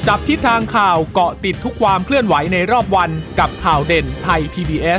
จับทิศทางข่าวเกาะติดทุกความเคลื่อนไหวในรอบวันกับข่าวเด่นไทย PBS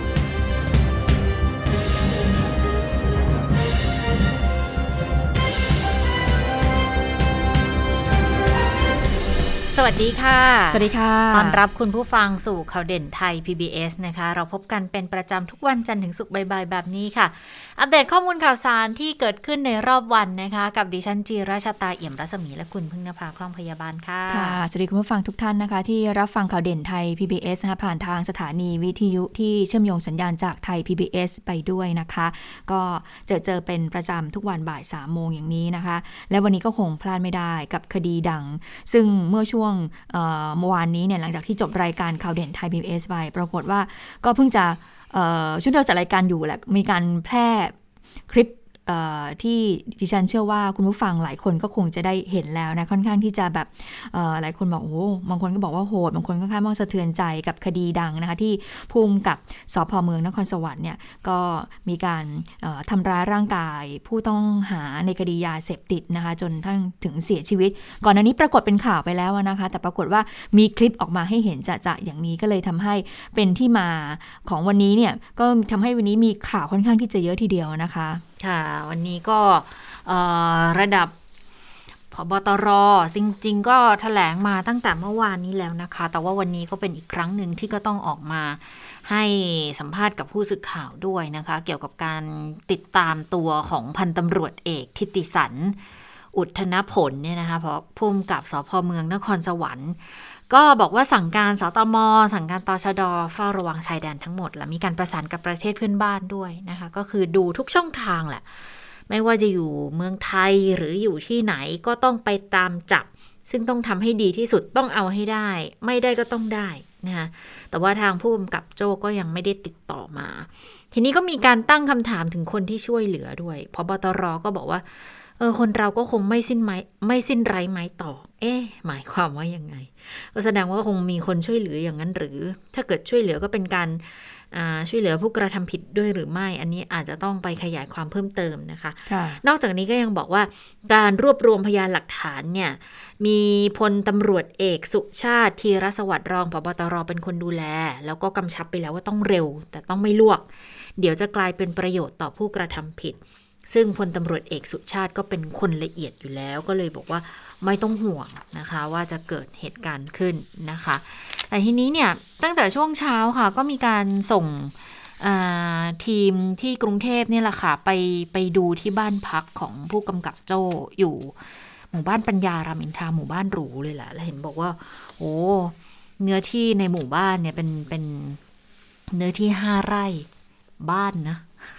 สวัสดีค่ะสวัสดีค่ะต้อนรับคุณผู้ฟังสู่ข่าวเด่นไทย PBS นะคะเราพบกันเป็นประจำทุกวันจันทร์ถึงศุกร์บ่ายๆแบบนี้ค่ะอัปเดตข้อมูลข่าวสารที่เกิดขึ้นในรอบวันนะคะกับดิฉันจีราชตาเอี่ยมรัศมีและคุณพึ่งนภาคล่องพยาบาลค่ะค่ะสวัสดีคุณผู้ฟังทุกท่านนะคะที่รับฟังข่าวเด่นไทย PBS นะคะผ่านทางสถานีวิทยุที่เชื่อมโยงสัญญาณจากไทย PBS ไปด้วยนะคะก็เจอเป็นประจำทุกวันบ่าย 3 โมงอย่างนี้นะคะและวันนี้ก็คงพลาดไม่ได้กับคดีดังซึ่งเมื่อช่วงเมื่อวานนี้เนี่ยหลังจากที่จบรายการข่าวเด่นไทย PBS ไปปรากฏว่าก็เพิ่งจะช่วงที่เราจัดรายการอยู่แหละมีการแพร่คลิปที่ดิฉันเชื่อว่าคุณผู้ฟังหลายคนก็คงจะได้เห็นแล้วนะค่อนข้างที่จะแบบหลายคนบอกโอ้บางคนก็บอกว่าโหดบางคนก็ค่อนข้างสะเทือนใจกับคดีดังนะคะที่ภูมิกับสภ.เมืองนครสวรรค์เนี่ยก็มีการทำร้ายร่างกายผู้ต้องหาในคดียาเสพติดนะคะจนทั้งถึงเสียชีวิตก่อนหน้านี้ปรากฏเป็นข่าวไปแล้วนะคะแต่ปรากฏว่ามีคลิปออกมาให้เห็นจะอย่างนี้ก็เลยทำให้เป็นที่มาของวันนี้เนี่ยก็ทำให้วันนี้มีข่าวค่อนข้างที่จะเยอะทีเดียวนะคะค่ะวันนี้ก็ระดับผบตรจริงๆก็แถลงมาตั้งแต่เมื่อวานนี้แล้วนะคะแต่ว่าวันนี้ก็เป็นอีกครั้งหนึ่งที่ก็ต้องออกมาให้สัมภาษณ์กับผู้สื่อข่าวด้วยนะคะเกี่ยวกับการติดตามตัวของพันตำรวจเอกทิติสันอุทธนผลเนี่ยนะคะเพราะผู้กำกับสภ.เมืองนครสวรรค์ก็บอกว่าสั่งการสตม.สั่งการตชด.เฝ้าระวังชายแดนทั้งหมดและมีการประสานกับประเทศเพื่อนบ้านด้วยนะคะก็คือดูทุกช่องทางแหละไม่ว่าจะอยู่เมืองไทยหรืออยู่ที่ไหนก็ต้องไปตามจับซึ่งต้องทำให้ดีที่สุดต้องเอาให้ได้ไม่ได้ก็ต้องได้นะคะแต่ว่าทางผู้กำกับโจ้ก็ยังไม่ได้ติดต่อมาทีนี้ก็มีการตั้งคำถามถึงคนที่ช่วยเหลือด้วยผบตรก็บอกว่าคนเราก็คงไม่สิ้นไร้ไม้ต่อหมายความว่ายังไงก็แสดงว่าคงมีคนช่วยเหลืออย่างนั้นหรือถ้าเกิดช่วยเหลือก็เป็นการช่วยเหลือผู้กระทำผิดด้วยหรือไม่อันนี้อาจจะต้องไปขยายความเพิ่มเติมนะคะนอกจากนี้ก็ยังบอกว่าการรวบรวมพยานหลักฐานเนี่ยมีพลตำรวจเอกสุชาติธีรสวัสดิ์รองผบตรเป็นคนดูแลแล้วก็กำชับไปแล้วว่าต้องเร็วแต่ต้องไม่ลวกเดี๋ยวจะกลายเป็นประโยชน์ต่อผู้กระทำผิดซึ่งพลตำรวจเอกสุชาติก็เป็นคนละเอียดอยู่แล้วก็เลยบอกว่าไม่ต้องห่วงนะคะว่าจะเกิดเหตุการณ์ขึ้นนะคะแต่ทีนี้เนี่ยตั้งแต่ช่วงเช้าค่ะก็มีการส่งทีมที่กรุงเทพนี่แหละค่ะไปดูที่บ้านพักของผู้กำกับโจ้อยู่หมู่บ้านปัญญารามอินทราหมู่บ้านหรูเลยแหละแล้วเห็นบอกว่าโอ้เนื้อที่ในหมู่บ้านเนี่ยเป็นเนื้อที่5 ไร่บ้านนะ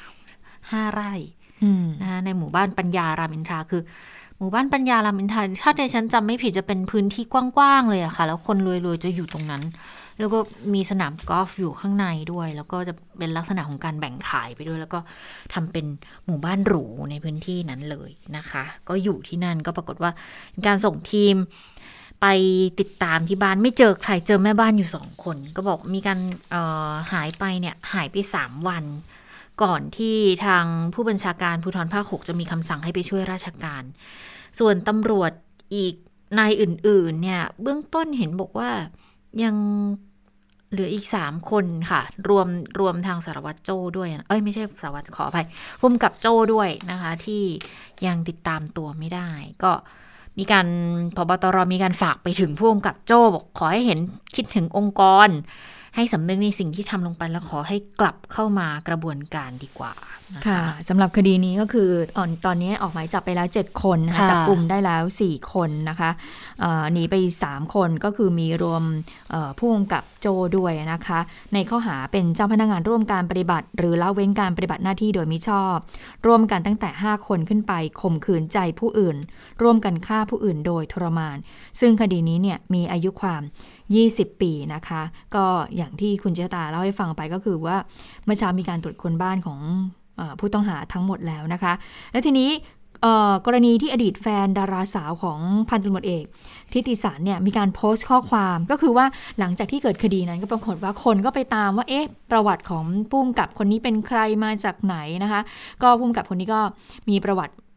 5 ไร่นะในหมู่บ้านปัญญารามอินทราคือหมู่บ้านปัญญารามอินทราถ้าในฉันจำไม่ผิดจะเป็นพื้นที่กว้างๆเลยอะค่ะแล้วคนรวยๆจะอยู่ตรงนั้นแล้วก็มีสนามกอล์ฟอยู่ข้างในด้วยแล้วก็จะเป็นลักษณะของการแบ่งขายไปด้วยแล้วก็ทำเป็นหมู่บ้านหรูในพื้นที่นั้นเลยนะคะก็อยู่ที่นั่นก็ปรากฏว่าการส่งทีมไปติดตามที่บ้านไม่เจอใครเจอแม่บ้านอยู่2 คนก็บอกมีการหายไปเนี่ยหายไป3 วันก่อนที่ทางผู้บัญชาการภูธรภาค 6จะมีคำสั่งให้ไปช่วยราชการส่วนตำรวจอีกนายอื่นๆเนี่ยเบื้องต้นเห็นบอกว่ายังเหลืออีก3 คนค่ะรวมทางสารวัตรโจ้ด้วยไม่ใช่สารวัตรขออภัยผู้กำกับโจ้ด้วยนะคะที่ยังติดตามตัวไม่ได้ก็มีการผบตรมีการฝากไปถึงผู้กำกับโจ้บอกขอให้เห็นคิดถึงองค์กรให้สำนึกในสิ่งที่ทำลงไปแล้วขอให้กลับเข้ามากระบวนการดีกว่าค่ะสำหรับคดีนี้ก็คือตอนนี้ออกหมายจับไปแล้ว7 คนนะคะจับกลุ่มได้แล้ว4 คนนะคะหนีไป3 คนก็คือมีรวมผู้กำกับโจ้ด้วยนะคะในข้อหาเป็นเจ้าพนักงานร่วมการปฏิบัติหรือละเว้นการปฏิบัติหน้าที่โดยมิชอบร่วมกันตั้งแต่5 คนขึ้นไปข่มขืนใจผู้อื่นร่วมกันฆ่าผู้อื่นโดยทรมานซึ่งคดีนี้เนี่ยมีอายุความ20 ปีนะคะก็อย่างที่คุณเจตาเล่าให้ฟังไปก็คือว่าเมื่อเช้ามีการตรวจค้นบ้านของผู้ต้องหาทั้งหมดแล้วนะคะและทีนี้กรณีที่อดีตแฟนดาราสาวของพันตำรวจเอกทิติสันเนี่ยมีการโพสต์ข้อความก็คือว่าหลังจากที่เกิดคดีนั้นก็ปรากฏว่าคนก็ไปตามว่าประวัติของผู้กำกับคนนี้เป็นใครมาจากไหนนะคะก็ผู้กำกับคนนี้ก็มีประวัติ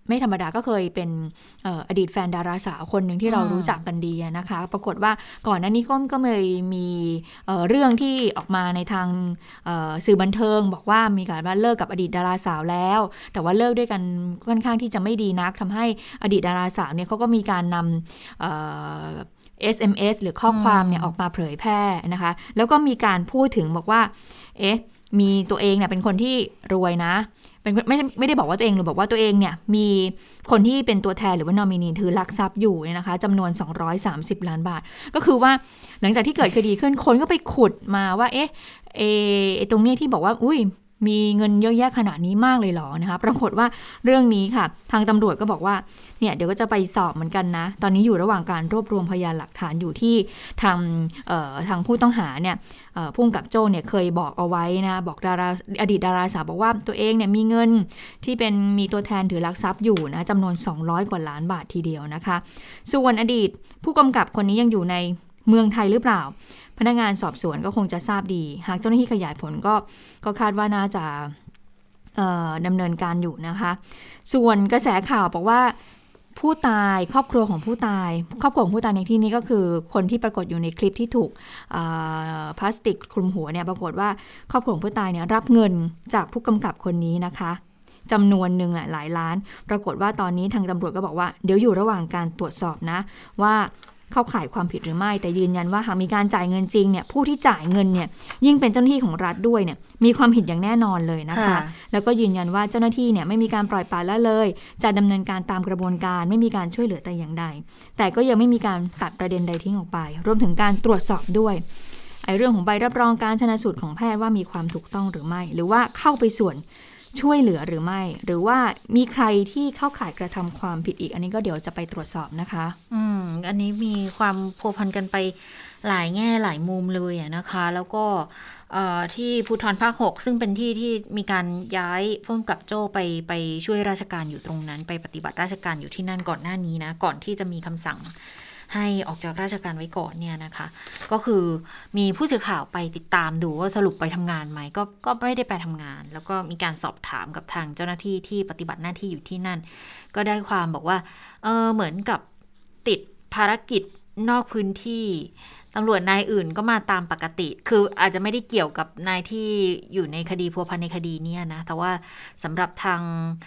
ไม่ธรรมดาก็เคยเป็นอดีตแฟนดาราสาวคนหนึ่งที่เรารู้จักกันดีนะคะปรากฏว่าก่อนหน้านี้ก็มีเรื่องที่ออกมาในทางสื่อบันเทิงบอกว่ามีการว่าเลิกกับอดีตดาราสาวแล้วแต่ว่าเลิกด้วยกันค่อนข้างที่จะไม่ดีนักทำให้อดีตดาราสาวเนี่ยเขาก็มีการนำSMS หรือข้อความเนี่ยออกมาเผยแพร่นะคะแล้วก็มีการพูดถึงบอกว่ามีตัวเองเนี่ยเป็นคนที่รวยนะเป็นไม่ได้บอกว่าตัวเองหรือบอกว่าตัวเองเนี่ยมีคนที่เป็นตัวแทนหรือว่านอมินีถือหลักทรัพย์อยู่เนี่ยนะคะจำนวน230 ล้านบาทก็คือว่าหลังจากที่เกิดคดีขึ้นคนก็ไปขุดมาว่าตรงนี้ที่บอกว่าอุ้ยมีเงินเยอะแยะขนาดนี้มากเลยเหรอนะคะปรากฏว่าเรื่องนี้ค่ะทางตำรวจก็บอกว่าเนี่ยเดี๋ยวก็จะไปสอบเหมือนกันนะตอนนี้อยู่ระหว่างการรวบรวมพยานหลักฐานอยู่ที่ทางผู้ต้องหาเนี่ยผู้กำกับโจ้เนี่ยเคยบอกเอาไว้นะบอกอดีตดาราสาวบอกว่าตัวเองเนี่ยมีเงินที่มีตัวแทนถือหลักทรัพย์อยู่นะจำนวน200 กว่าล้านบาททีเดียวนะคะส่วนอดีตผู้กำกับคนนี้ยังอยู่ในเมืองไทยหรือเปล่าพนักงานสอบสวนก็คงจะทราบดีหากเจ้าหน้าที่ขยายผลก็คาดว่าน่าจะดำเนินการอยู่นะคะส่วนกระแสข่าวบอกว่าผู้ตายครอบครัวของผู้ตายในที่นี้ก็คือคนที่ปรากฏอยู่ในคลิปที่ถูกพลาสติกคลุมหัวเนี่ยปรากฏว่าครอบครัวของผู้ตายเนี่ยรับเงินจากผู้กำกับคนนี้นะคะจำนวนหนึ่งหลายล้านปรากฏว่าตอนนี้ทางตำรวจก็บอกว่าเดี๋ยวอยู่ระหว่างการตรวจสอบนะว่าเข้าข่ายความผิดหรือไม่แต่ยืนยันว่าหากมีการจ่ายเงินจริงเนี่ยผู้ที่จ่ายเงินเนี่ยยิ่งเป็นเจ้าหน้าที่ของรัฐด้วยเนี่ยมีความผิดอย่างแน่นอนเลยนะคะแล้วก็ยืนยันว่าเจ้าหน้าที่เนี่ยไม่มีการปล่อยปละละเลยจะดำเนินการตามกระบวนการไม่มีการช่วยเหลือแต่อย่างใดแต่ก็ยังไม่มีการตัดประเด็นใดทิ้งออกไปรวมถึงการตรวจสอบด้วยเรื่องของใบรับรองการชันสูตรของแพทย์ว่ามีความถูกต้องหรือไม่หรือว่าเข้าไปส่วนช่วยเหลือหรือไม่หรือว่ามีใครที่เข้าข่ายกระทำความผิดอีกอันนี้ก็เดี๋ยวจะไปตรวจสอบนะคะอันนี้มีความพัวพันกันไปหลายแง่หลายมุมเลยนะคะแล้วก็ที่ภูธรภาค 6ซึ่งเป็นที่มีการย้ายผู้กำกับโจ้ไปช่วยราชการอยู่ตรงนั้นไปปฏิบัติราชการอยู่ที่นั่นก่อนหน้านี้นะก่อนที่จะมีคำสั่งให้ออกจากราชการไว้ก่อนเนี่ยนะคะก็คือมีผู้สื่อข่าวไปติดตามดูว่าสรุปไปทำงานไหมก็ไม่ได้ไปทำงานแล้วก็มีการสอบถามกับทางเจ้าหน้าที่ที่ปฏิบัติหน้าที่อยู่ที่นั่นก็ได้ความบอกว่าเหมือนกับติดภารกิจนอกพื้นที่ตำรวจนายอื่นก็มาตามปกติคืออาจจะไม่ได้เกี่ยวกับนายที่อยู่ในคดีพัวพันในคดีนี้นะแต่ว่าสำหรับทาง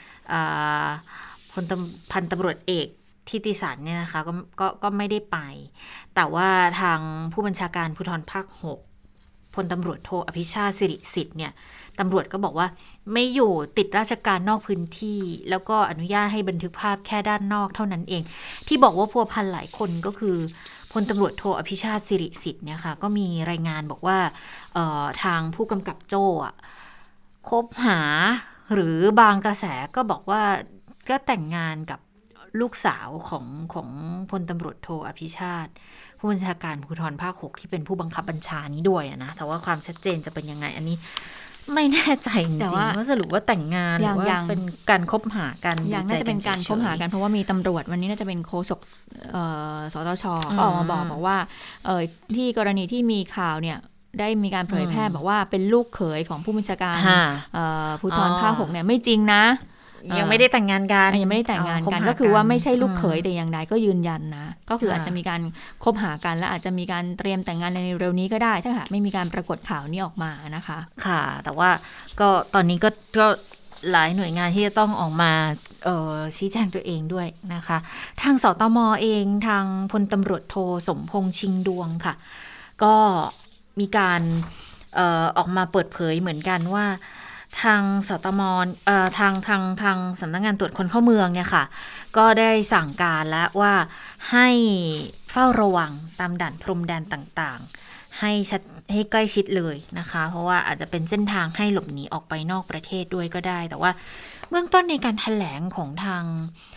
พันตำรวจเอกทิติสันเนี่ยนะคะก็ไม่ได้ไปแต่ว่าทางผู้บัญชาการภูธรภาค 6พลตำรวจโทอภิชาติสิริสิทธิ์เนี่ยตำรวจก็บอกว่าไม่อยู่ติดราชการนอกพื้นที่แล้วก็อนุญาตให้บันทึกภาพแค่ด้านนอกเท่านั้นเองที่บอกว่าพัวพันหลายคนก็คือพลตำรวจโทอภิชาติสิริสิทธิ์เนี่ยค่ะก็มีรายงานบอกว่าทางผู้กำกับโจ้คบหาหรือบางกระแสก็บอกว่าก็แต่งงานกับลูกสาวของพลตำรวจโทอภิชาติผู้บัญชาการภูธรภาค 6ที่เป็นผู้บังคับบัญชานี้ด้วยนะแต่ว่าความชัดเจนจะเป็นยังไงอันนี้ไม่แน่ใจจริงๆว่าสรุปว่าแต่งงานหรือว่าเป็นการคบหากันอย่างน่าจะเป็นการคบหากันเพราะว่ามีตำรวจวันนี้น่าจะเป็นโฆษกสตช.ก็ออกมาบอกว่าที่กรณีที่มีข่าวเนี่ยได้มีการเผยแพร่บอกว่าเป็นลูกเขยของผู้บัญชาการภูธรภาค 6เนี่ยไม่จริงนะยังไม่ได้แต่งงานกันยังไม่ได้แต่งงานกันก็คือว่าไม่ใช่ลูกเขยแต่อย่างใดก็ยืนยันนะก็คืออาจจะมีการคบหากันและอาจจะมีการเตรียมแต่งงานในเร็วนี้ก็ได้ถ้าหากไม่มีการปรากฏข่าวนี้ออกมานะคะค่ะแต่ว่าก็ตอนนี้ก็หลายหน่วยงานที่จะต้องออกมาชี้แจงตัวเองด้วยนะคะทางสตม.เองทางพลตำรวจโทสมพงษ์ชิงดวงค่ะก็มีการออกมาเปิดเผยเหมือนกันว่าทางสตม.ทางสำนักงานตรวจคนเข้าเมืองเนี่ยค่ะก็ได้สั่งการแล้วว่าให้เฝ้าระวังตามด่านพรมแดนต่างๆให้ใกล้ชิดเลยนะคะเพราะว่าอาจจะเป็นเส้นทางให้หลบหนีออกไปนอกประเทศด้วยก็ได้แต่ว่าเบื้องต้นในการแถลงของทาง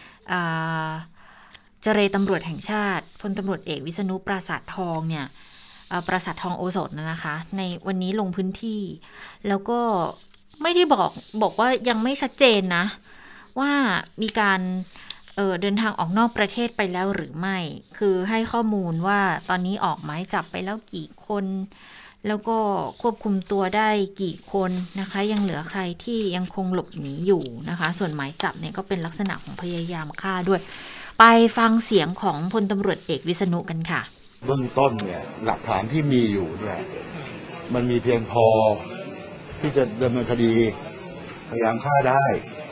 เจรตำรวจแห่งชาติพลตำรวจเอกวิษณุปราสาททองเนี่ยปราสาททองโอสถนะคะในวันนี้ลงพื้นที่แล้วก็ไม่ได้บอกว่ายังไม่ชัดเจนนะว่ามีการเดินทางออกนอกประเทศไปแล้วหรือไม่คือให้ข้อมูลว่าตอนนี้ออกหมายจับไปแล้วกี่คนแล้วก็ควบคุมตัวได้กี่คนนะคะยังเหลือใครที่ยังคงหลบหนีอยู่นะคะส่วนหมายจับเนี่ยก็เป็นลักษณะของพยายามฆ่าด้วยไปฟังเสียงของพลตำรวจเอกวิษณุกันค่ะเบื้องต้นเนี่ยหลักฐานที่มีอยู่เนี่ยมันมีเพียงพอที่จะดำเนินคดีพยายามฆ่าได้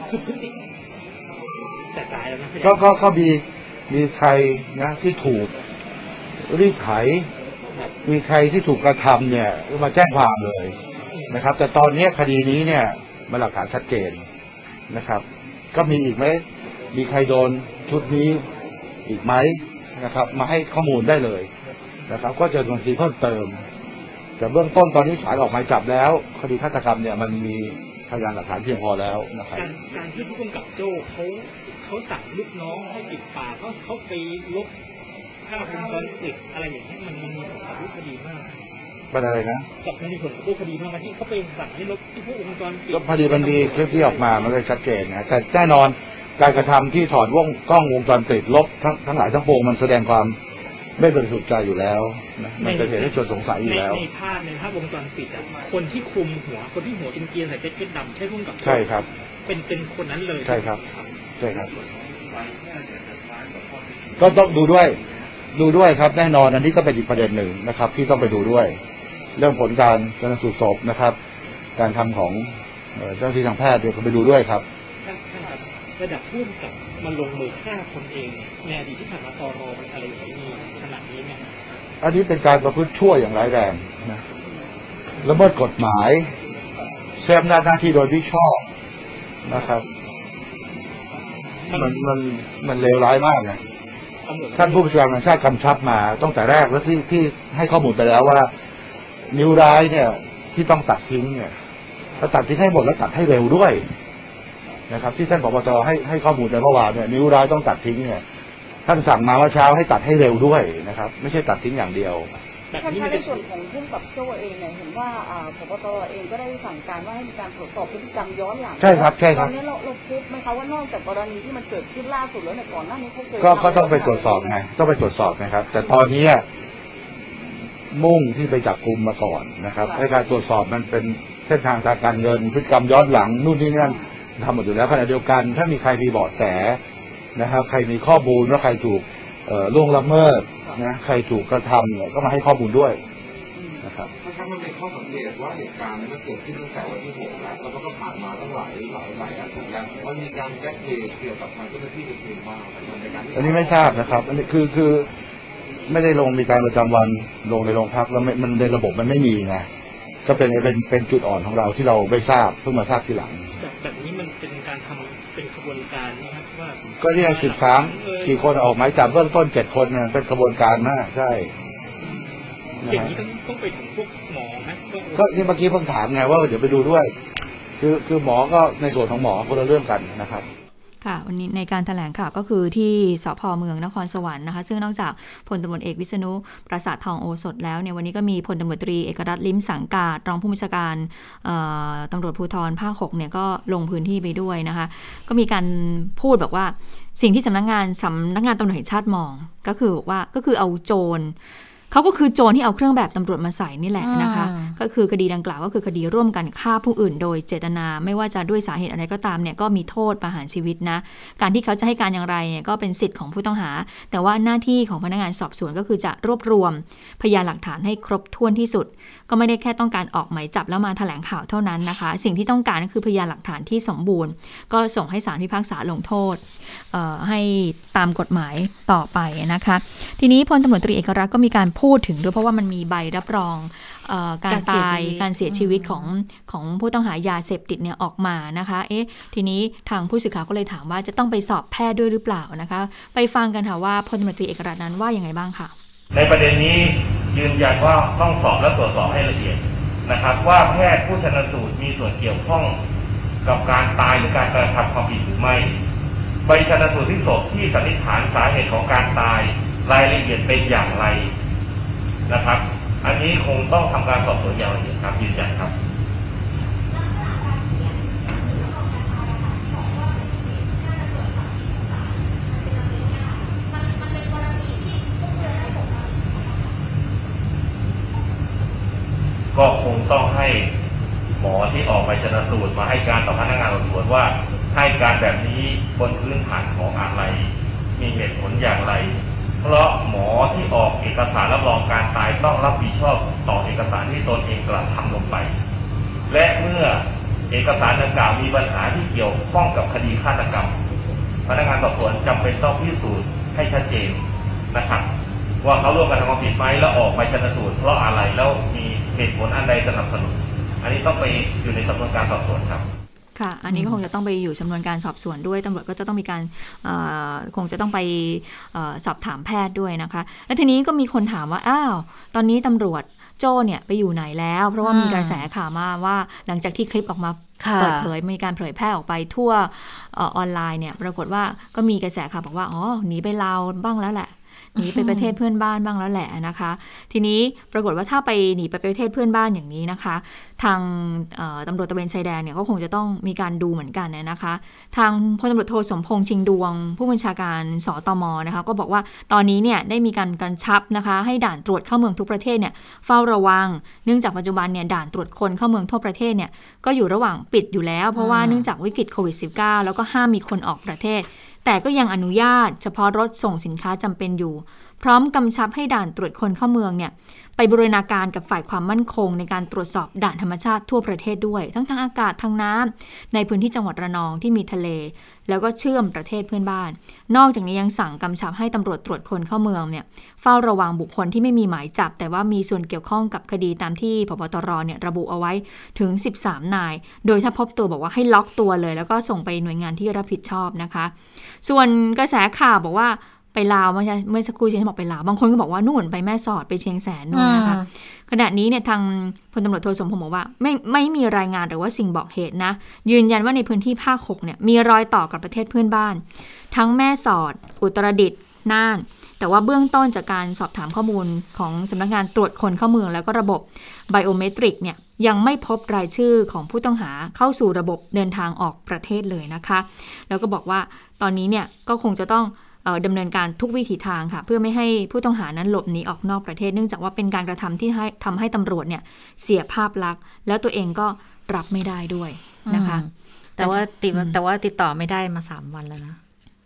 ก็มีใครนะที่ถูกรีดไถมีใครที่ถูกกระทำเนี่ยมาแจ้งความเลยนะครับแต่ตอนนี้คดีนี้เนี่ยมันหลักฐานชัดเจนนะครับก็มีอีกไหมมีใครโดนชุดนี้อีกไหมนะครับมาให้ข้อมูลได้เลยนะครับก็จะดำเนินคดีเพิ่มเติมแต่เบื้องต้นตอนนี้ศาลออกหมายจับแล้วคดีฆาตกรรมเนี่ยมันมีพยานหลักฐานเพียงพอแล้วนะครับการที่ผู้กำกับโจ้เขาสั่งลูกน้องให้ปิดปากเขาไปลบภาพวงจรปิดอะไรอย่างนี้มันมีผลกับรูปคดีมากเป็นอะไรนะกับมันมีผลกับรูปคดีมากที่เขาไปสั่งให้ลบพวกวงจรปิดก็พอดีมันมีคลิปที่ออกมามันเลยชัดเจนนะแต่แน่นอนการกระทำที่ถอดกล้องวงจรปิดลบทั้งหลายทั้งปวงมันแสดงความไม่บริสุทธิ์ใจอยู่แล้วนะมันเป็นเหตุให้ชวนสงสัยอยู่แล้วในภาพวงจรปิดอ่ะคนที่คุมหัวคนที่หัวเป็นเกรียนใส่แจ็คเก็ตดำใช่พุ่งกับใช่ครับเป็นคนนั้นเลยใช่ครับก็ต้องดูด้วยครับแน่นอนอันนี้ก็เป็นอีกประเด็นหนึ่งนะครับที่ต้องไปดูด้วยเรื่องผลการชันสูตรศพนะครับการทำของเจ้าที่ทางแพทย์เดี๋ยวไปดูด้วยครับระดับผู้กับมันลงมือฆ่าคนเองในอดีตที่ผ่านมาตรมันอะไรอย่างนี้ขนาดนี้ไหมอันนี้เป็นการประพฤติชั่วอย่างร้ายแรงนะละเมิดกฎหมายใช้อำนาจหน้าที่โดยมิชอบนะครับมันเลวร้ายมากนะท่านผู้บัญชาการตำรวจแห่งชาติกำชับมาตั้งแต่แรกแล้วที่ให้ข้อมูลไปแล้วว่านิ้วร้ายเนี่ยที่ต้องตัดทิ้งเนี่ยถ้าตัดทิ้งให้หมดแล้วตัดให้เร็วด้วยนะครับที่ท่านผบ.ตรให้ข้อมูลในเมื่อวานเนี่ยนิ้วร้ายต้องตัดทิ้งเนี่ยท่านสั่งมาว่าเช้าให้ตัดให้เร็วด้วยนะครับไม่ใช่ตัดทิ้งอย่างเดียวท่านคะในส่วนของผู้กำกับโจ้เองเนี่ยเห็นว่าผบ.ตรเองก็ได้สั่งการว่าให้มีการตรวจสอบพฤติกรรมย้อนหลังใช่ครับตอนนี้เราพบไหมคะว่านอกจากกรณีที่มันเกิดขึ้นล่าสุดแล้วในก่อนหน้านี้เขาเคยก็ต้องไปตรวจสอบไงต้องไปตรวจสอบนะครับแต่ตอนนี้มุ่งที่ไปจับกุมมาก่อนนะครับในการตรวจสอบมันเป็นเส้นทางการเงินพฤติกรรมย้อนหลังนู่นนี่นั่นทำหมดอยู่แล้วขณะเดียวกันถ้ามีใครมีเบาะแสนะครับใครมีข้อมูลว่าใครถูกล่วงละเมิดนะใครถูกกระทำเนี่ยก็มาให้ข้อมูลด้วยนะครับมันเป็นข้อสังเกตว่าเหตุการณ์มันเกิดขึ้นตั้งแต่วันที่6แล้วก็ผ่านมาตั้งหลายอาทิตย์แล้วมันมีการแก้เกมเกี่ยวกับทางเจ้าหน้าที่อื่นๆมาอันนี้ไม่ทราบนะครับอันนี้คือไม่ได้ลงมีการประจำวันลงในโรงพักแล้วมันในระบบมันไม่มีไงก็เป็นจุดอ่อนของเราที่เราไม่ทราบเพิ่งมาทราบทีหลังแบบนี้มันเป็นการทำเป็นขบวนการนะครับว่าก็เรียก13กี่คนออกหมายจับเบื้องต้น7คนเนี่ยเป็นขบวนการมากใช่อย่างนี้ต้องไปถึงพวกหมอไหมก็ที่เมื่อกี้เพิ่งถามไงว่าเดี๋ยวไปดูด้วยคือหมอก็ในส่วนของหมอคนละเรื่องกันนะครับค่ะวันนี้ในการแถลงข่าวก็คือที่สภ.เมืองนครสวรรค์นะคะซึ่งนอกจากพลตำรวจเอกวิษณุประสาททองโอสถแล้วเนี่ยวันนี้ก็มีพลตำรวจตรีเอกรัตน์ลิ้มสังกาจรองผู้บัญชาการตำรวจภูธรภาค6เนี่ยก็ลงพื้นที่ไปด้วยนะคะก็มีการพูดบอกว่าสิ่งที่สำนักงานตำรวจแห่งชาติมองก็คือเอาโจรเขาก็คือโจรที่เอาเครื่องแบบตำรวจมาใส่นี่แหละนะคะก็คือคดีดังกล่าวก็คือคดีร่วมกันฆ่าผู้อื่นโดยเจตนาไม่ว่าจะด้วยสาเหตุอะไรก็ตามเนี่ยก็มีโทษประหารชีวิตนะการที่เขาจะให้การอย่างไรเนี่ยก็เป็นสิทธิ์ของผู้ต้องหาแต่ว่าหน้าที่ของพนักงานสอบสวนก็คือจะรวบรวมพยานหลักฐานให้ครบถ้วนที่สุดก็ไม่ได้แค่ต้องการออกหมายจับแล้วมาแถลงข่าวเท่านั้นนะคะสิ่งที่ต้องการก็คือพยานหลักฐานที่สมบูรณ์ก็ส่งให้ศาลพิพากษาลงโทษให้ตามกฎหมายต่อไปนะคะทีนี้พลตำรวจตรีเอกรัตน์ก็มีการพูดถึงด้วยเพราะว่ามันมีใบรับรองการตายการเสียชีวิตของผู้ต้องหายาเสพติดเนี่ยออกมานะคะทีนี้ทางผู้สื่อข่าวก็เลยถามว่าจะต้องไปสอบแพทย์ด้วยหรือเปล่านะคะไปฟังกันค่ะว่าพลตำรวจตรีเอกรัตน์นั้นว่ายังไงบ้างค่ะในประเด็นนี้ยืนยันว่าต้องสอบและตรวจสอบให้ละเอียดนะครับว่าแพทย์ผู้ชันสูตรมีส่วนเกี่ยวข้องกับการตายหรือการกระทำความผิดหรือไม่ใบชันสูตรพลิกศพที่สันนิษฐานสาเหตุของการตายรายละเอียดเป็นอย่างไรนะครับอันนี้คงต้องทำการสอบสวนอย่างละเอียดครับยืนยันครับชนสูตรมาให้การต่อพนักงานสอบสวนว่าให้การแบบนี้บนพื้นฐานของอะไรมีเหตุผลอย่างไรเพราะหมอที่ออกเอกสารรับรองการตายต้องรับผิดชอบต่อเอกสารที่ตนเองกระทำลงไปและเมื่อเอกสารดังกล่าวมีปัญหาที่เกี่ยวข้องกับคดีฆาตกรรมพนักงานสอบสวนจำเป็นต้องพิสูจน์ให้ชัดเจนนะครับว่าเขาร่วมกันทำความผิดไหมแล้วออกไปชันสูตรเพราะอะไรแล้วมีเหตุผลอันใดสนับสนุนอันนี้ต้องไปอยู่ในสำนวนการสอบสวนครับค่ะอันนี้ก็คงจะต้องไปอยู่สำนวนการสอบสวนด้วยตำรวจก็จะต้องมีการคงจะต้องไปสอบถามแพทย์ด้วยนะคะและทีนี้ก็มีคนถามว่าอ้าวตอนนี้ตำรวจโจ้เนี่ยไปอยู่ไหนแล้วเพราะว่ามีกระแสข่าวมาว่าหลังจากที่คลิปออกมาเปิดเผยมีการเผยแพร่ออกไปทั่วออนไลน์เนี่ยปรากฏว่าก็มีกระแสข่าวบอกว่าอ๋อหนีไปลาวบ้างแล้วแหละหนีไปประเทศเพื่อนบ้านบ้างแล้วแหละนะคะทีนี้ปรากฏว่าถ้าไปหนีไปประเทศเพื่อนบ้านอย่างนี้นะคะทางตำรวจตระเวนชายแดนเนี่ยก็คงจะต้องมีการดูเหมือนกันนะคะทางพลตำรวจโทสมพงษ์ชิงดวงผู้บัญชาการสตม.นะคะก็บอกว่าตอนนี้เนี่ยได้มีการกำชับนะคะให้ด่านตรวจเข้าเมืองทุกประเทศเนี่ยเฝ้าระวังเนื่องจากปัจจุบันเนี่ยด่านตรวจคนเข้าเมืองทั่วประเทศเนี่ยก็อยู่ระหว่างปิดอยู่แล้วเพราะว่าเนื่องจากวิกฤตโควิด -19 แล้วก็ห้ามมีคนออกประเทศแต่ก็ยังอนุญาตเฉพาะรถส่งสินค้าจำเป็นอยู่พร้อมกำชับให้ด่านตรวจคนเข้าเมืองเนี่ยไปบูรณาการกับฝ่ายความมั่นคงในการตรวจสอบด่านธรรมชาติทั่วประเทศด้วยทั้งทางอากาศทางน้ำในพื้นที่จังหวัดระนองที่มีทะเลแล้วก็เชื่อมประเทศเพื่อนบ้านนอกจากนี้ยังสั่งกำชับให้ตำรวจตรวจคนเข้าเมืองเนี่ยเฝ้าระวังบุคคลที่ไม่มีหมายจับแต่ว่ามีส่วนเกี่ยวข้องกับคดีตามที่ผบตรเนี่ยระบุเอาไว้ถึง13นายโดยถ้าพบตัวบอกว่าให้ล็อกตัวเลยแล้วก็ส่งไปหน่วยงานที่รับผิดชอบนะคะส่วนกระแสข่าวบอกว่าไปลาวเมื่อสักครู่ฉันบอกไปลาวบางคนก็บอกว่านู่นไปแม่สอดไปเชียงแสนนู่นนะคะขณะนี้เนี่ยทางพลตำรวจโทสมพงษ์บอกว่าไม่มีรายงานหรือว่าสิ่งบอกเหตุนะยืนยันว่าในพื้นที่ภาค6เนี่ยมีรอยต่อกับประเทศเพื่อนบ้านทั้งแม่สอดอุตรดิตถ์น่านแต่ว่าเบื้องต้นจากการสอบถามข้อมูลของสำนักงานตรวจคนเข้าเมืองแล้วก็ระบบไบโอเมตริกเนี่ยยังไม่พบรายชื่อของผู้ต้องหาเข้าสู่ระบบเดินทางออกประเทศเลยนะคะแล้วก็บอกว่าตอนนี้เนี่ยก็คงจะต้องดำเนินการทุกวิถีทางค่ะเพื่อไม่ให้ผู้ต้องหานั้นหลบหนีออกนอกประเทศเนื่องจากว่าเป็นการกระทำที่ทำให้ตำรวจเนี่ยเสียภาพลักษณ์แล้วตัวเองก็รับไม่ได้ด้วยนะคะแต่ว่าติดต่อไม่ได้มา3วันแล้วนะ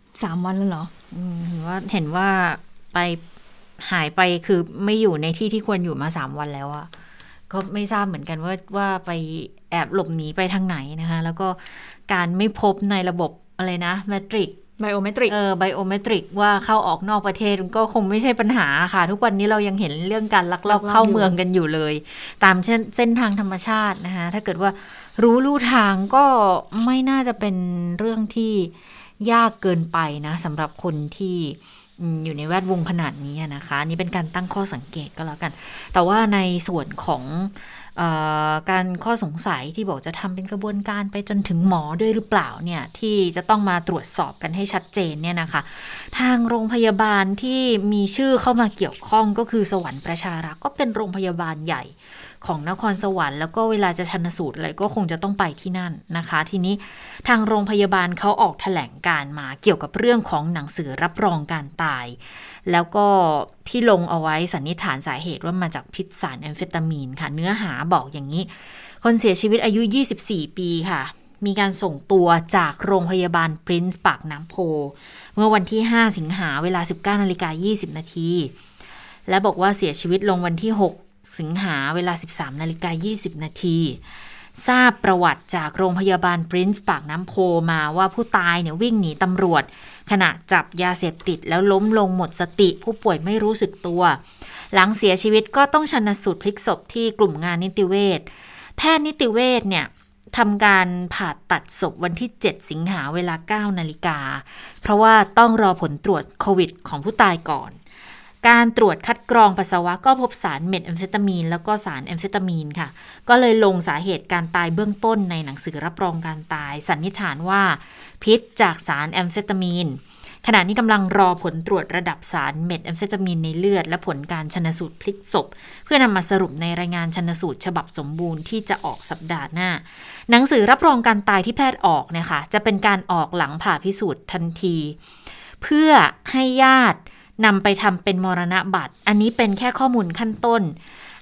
3วันแล้วเหรอเห็นว่าไปหายไปคือไม่อยู่ในที่ที่ควรอยู่มา3วันแล้วอะก็ไม่ทราบเหมือนกันว่าไปแอบหลบหนีไปทางไหนนะคะแล้วก็การไม่พบในระบบอะไรนะแมทริกไบโอเมตริกไบโอเมตริกว่าเข้าออกนอกประเทศก็คงไม่ใช่ปัญหาค่ะทุกวันนี้เรายังเห็นเรื่องการลักลอบเข้าเมืองกันอยู่เลยตามเส้นทางธรรมชาตินะคะถ้าเกิดว่ารู้ลู่ทางก็ไม่น่าจะเป็นเรื่องที่ยากเกินไปนะสำหรับคนที่อยู่ในแวดวงขนาดนี้นะคะนี่เป็นการตั้งข้อสังเกตก็แล้วกันแต่ว่าในส่วนของการข้อสงสัยที่บอกจะทำเป็นกระบวนการไปจนถึงหมอด้วยหรือเปล่าเนี่ยที่จะต้องมาตรวจสอบกันให้ชัดเจนเนี่ยนะคะทางโรงพยาบาลที่มีชื่อเข้ามาเกี่ยวข้องก็คือสวรรค์ประชารักษ์ก็เป็นโรงพยาบาลใหญ่ของนครสวรรค์แล้วก็เวลาจะชันสูตรอะไรก็คงจะต้องไปที่นั่นนะคะทีนี้ทางโรงพยาบาลเขาออกแถลงการมาเกี่ยวกับเรื่องของหนังสือรับรองการตายแล้วก็ที่ลงเอาไว้สันนิษฐานสาเหตุว่ามาจากพิษสารแอมเฟตามีนค่ะเนื้อหาบอกอย่างนี้คนเสียชีวิตอายุ24ปีค่ะมีการส่งตัวจากโรงพยาบาลปรินซ์ปากน้ำโพเมื่อวันที่5สิงหาเวลา 19:20 น.และบอกว่าเสียชีวิตลงวันที่6สิงหาเวลา 13:20 น.ทราบประวัติจากโรงพยาบาลปรินซ์ปากน้ำโพมาว่าผู้ตายเนี่ยวิ่งหนีตำรวจขณะจับยาเสพติดแล้วล้มลงหมดสติผู้ป่วยไม่รู้สึกตัวหลังเสียชีวิตก็ต้องชันสูตรพลิกศพที่กลุ่มงานนิติเวชแพทย์นิติเวชเนี่ยทำการผ่าตัดศพวันที่7สิงหาเวลา 9 นาฬิกาเพราะว่าต้องรอผลตรวจโควิดของผู้ตายก่อนการตรวจคัดกรองปัสสาวะก็พบสารเมทแอมเฟตามีนแล้วก็สารแอมเฟตามีนค่ะก็เลยลงสาเหตุการตายเบื้องต้นในหนังสือรับรองการตายสันนิษฐานว่าพิษจากสารแอมเฟตามีนขณะนี้กำลังรอผลตรวจระดับสารเมทแอมเฟตามีนในเลือดและผลการชันสูตรพลิกศพเพื่อนำมาสรุปในรายงานชันสูตรฉบับสมบูรณ์ที่จะออกสัปดาห์หน้าหนังสือรับรองการตายที่แพทย์ออกเนี่ยค่ะจะเป็นการออกหลังผ่าพิสูจน์ทันทีเพื่อให้ญาตินำไปทำเป็นมรณบัตรอันนี้เป็นแค่ข้อมูลขั้นต้น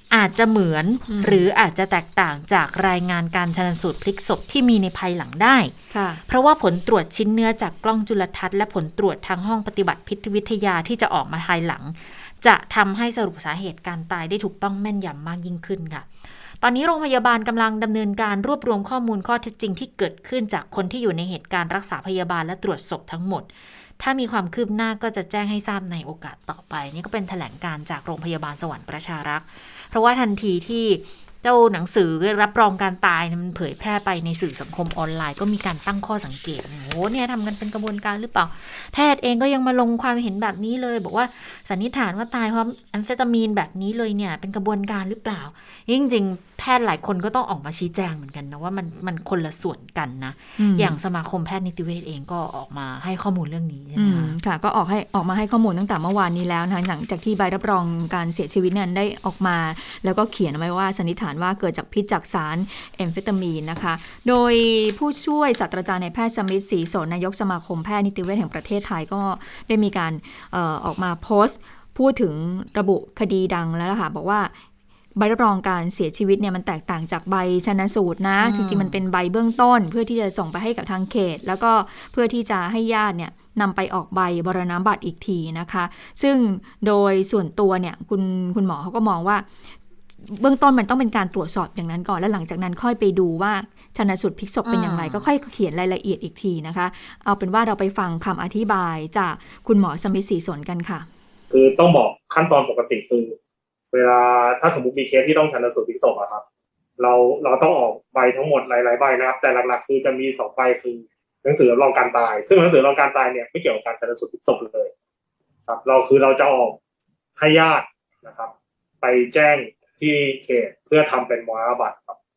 อาจจะเหมือนหรืออาจจะแตกต่างจากรายงานการชันสูตรพลิกศพที่มีในภายหลังได้เพราะว่าผลตรวจชิ้นเนื้อจากกล้องจุลทรรศน์และผลตรวจทางห้องปฏิบัติพิษวิทยาที่จะออกมาภายหลังจะทำให้สรุปสาเหตุการตายได้ถูกต้องแม่นยำมากยิ่งขึ้นค่ะตอนนี้โรงพยาบาลกำลังดำเนินการรวบรวมข้อมูลข้อเท็จจริงที่เกิดขึ้นจากคนที่อยู่ในเหตุการณ์รักษาพยาบาลและตรวจศพทั้งหมดถ้ามีความคืบหน้าก็จะแจ้งให้ทราบในโอกาสต่อไปนี่ก็เป็นแถลงการจากโรงพยาบาลสวรรค์ประชารักษ์เพราะว่าทันทีที่เจ้าหนังสือรับรองการตายมันเผยแพร่ไปในสื่อสังคมออนไลน์ก็มีการตั้งข้อสังเกตโอ้เนี่ยทำกันเป็นกระบวนการหรือเปล่าแพทย์เองก็ยังมาลงความเห็นแบบนี้เลยบอกว่าสันนิษฐานว่าตายเพราะแอมเฟตามีนแบบนี้เลยเนี่ยเป็นกระบวนการหรือเปล่าจริงๆแพทย์หลายคนก็ต้องออกมาชี้แจงเหมือนกันนะว่ามันคนละส่วนกันนะอย่างสมาคมแพทย์นิติเวชเองก็ออกมาให้ข้อมูลเรื่องนี้ใช่ไหมคะค่ะก็ออกมาให้ข้อมูลตั้งแต่เมื่อวานนี้แล้วนะหลังจากที่ใบรับรองการเสียชีวิตนั้นได้ออกมาแล้วก็เขียนไว้ว่าสันนิษฐานว่าเกิดจากพิษจากสารแอมเฟตามีนนะคะโดยผู้ช่วยศาสตราจารย์นายแพทย์สมิทธิ์ศรีโสนนายกสมาคมแพทย์นิติเวชแห่งประเทศไทยก็ได้มีการออกมาโพสต์พูดถึงระบุคดีดังแล้วล่ะค่ะบอกว่าใบรับรองการเสียชีวิตเนี่ยมันแตกต่างจากใบชันสูตรนะจริงๆมันเป็นใบเบื้องต้นเพื่อที่จะส่งไปให้กับทางเขตแล้วก็เพื่อที่จะให้ญาติเนี่ยนำไปออกใบบรณบัตรอีกทีนะคะซึ่งโดยส่วนตัวเนี่ยคุณหมอเขาก็มองว่าเบื้องต้นมันต้องเป็นการตรวจสอบอย่างนั้นก่อนแล้วหลังจากนั้นค่อยไปดูว่าชันสูตรพลิกศพเป็นอย่างไรก็ค่อยเขียนรายละเอียดอีกทีนะคะเอาเป็นว่าเราไปฟังคำอธิบายจากคุณหมอสมิทธิ์ศรีโสนกันค่ะคือต้องบอกขั้นตอนปกติคือเวลาถ้าสมมติมีเคสที่ต้องชันสูตรพลิกศพอะครับเราต้องออกใบทั้งหมดหลายๆใบนะครับแต่หลักๆคือจะมี2ใบคือหนังสือรับรองการตายซึ่งหนังสือรับรองการตายเนี่ยไม่เกี่ยวกับการชันสูตรพลิกศพเลยครับเราจะออกให้ญาตินะครับไปแจ้งที่เขตเพื่อทำเป็นมรณบัตรครับ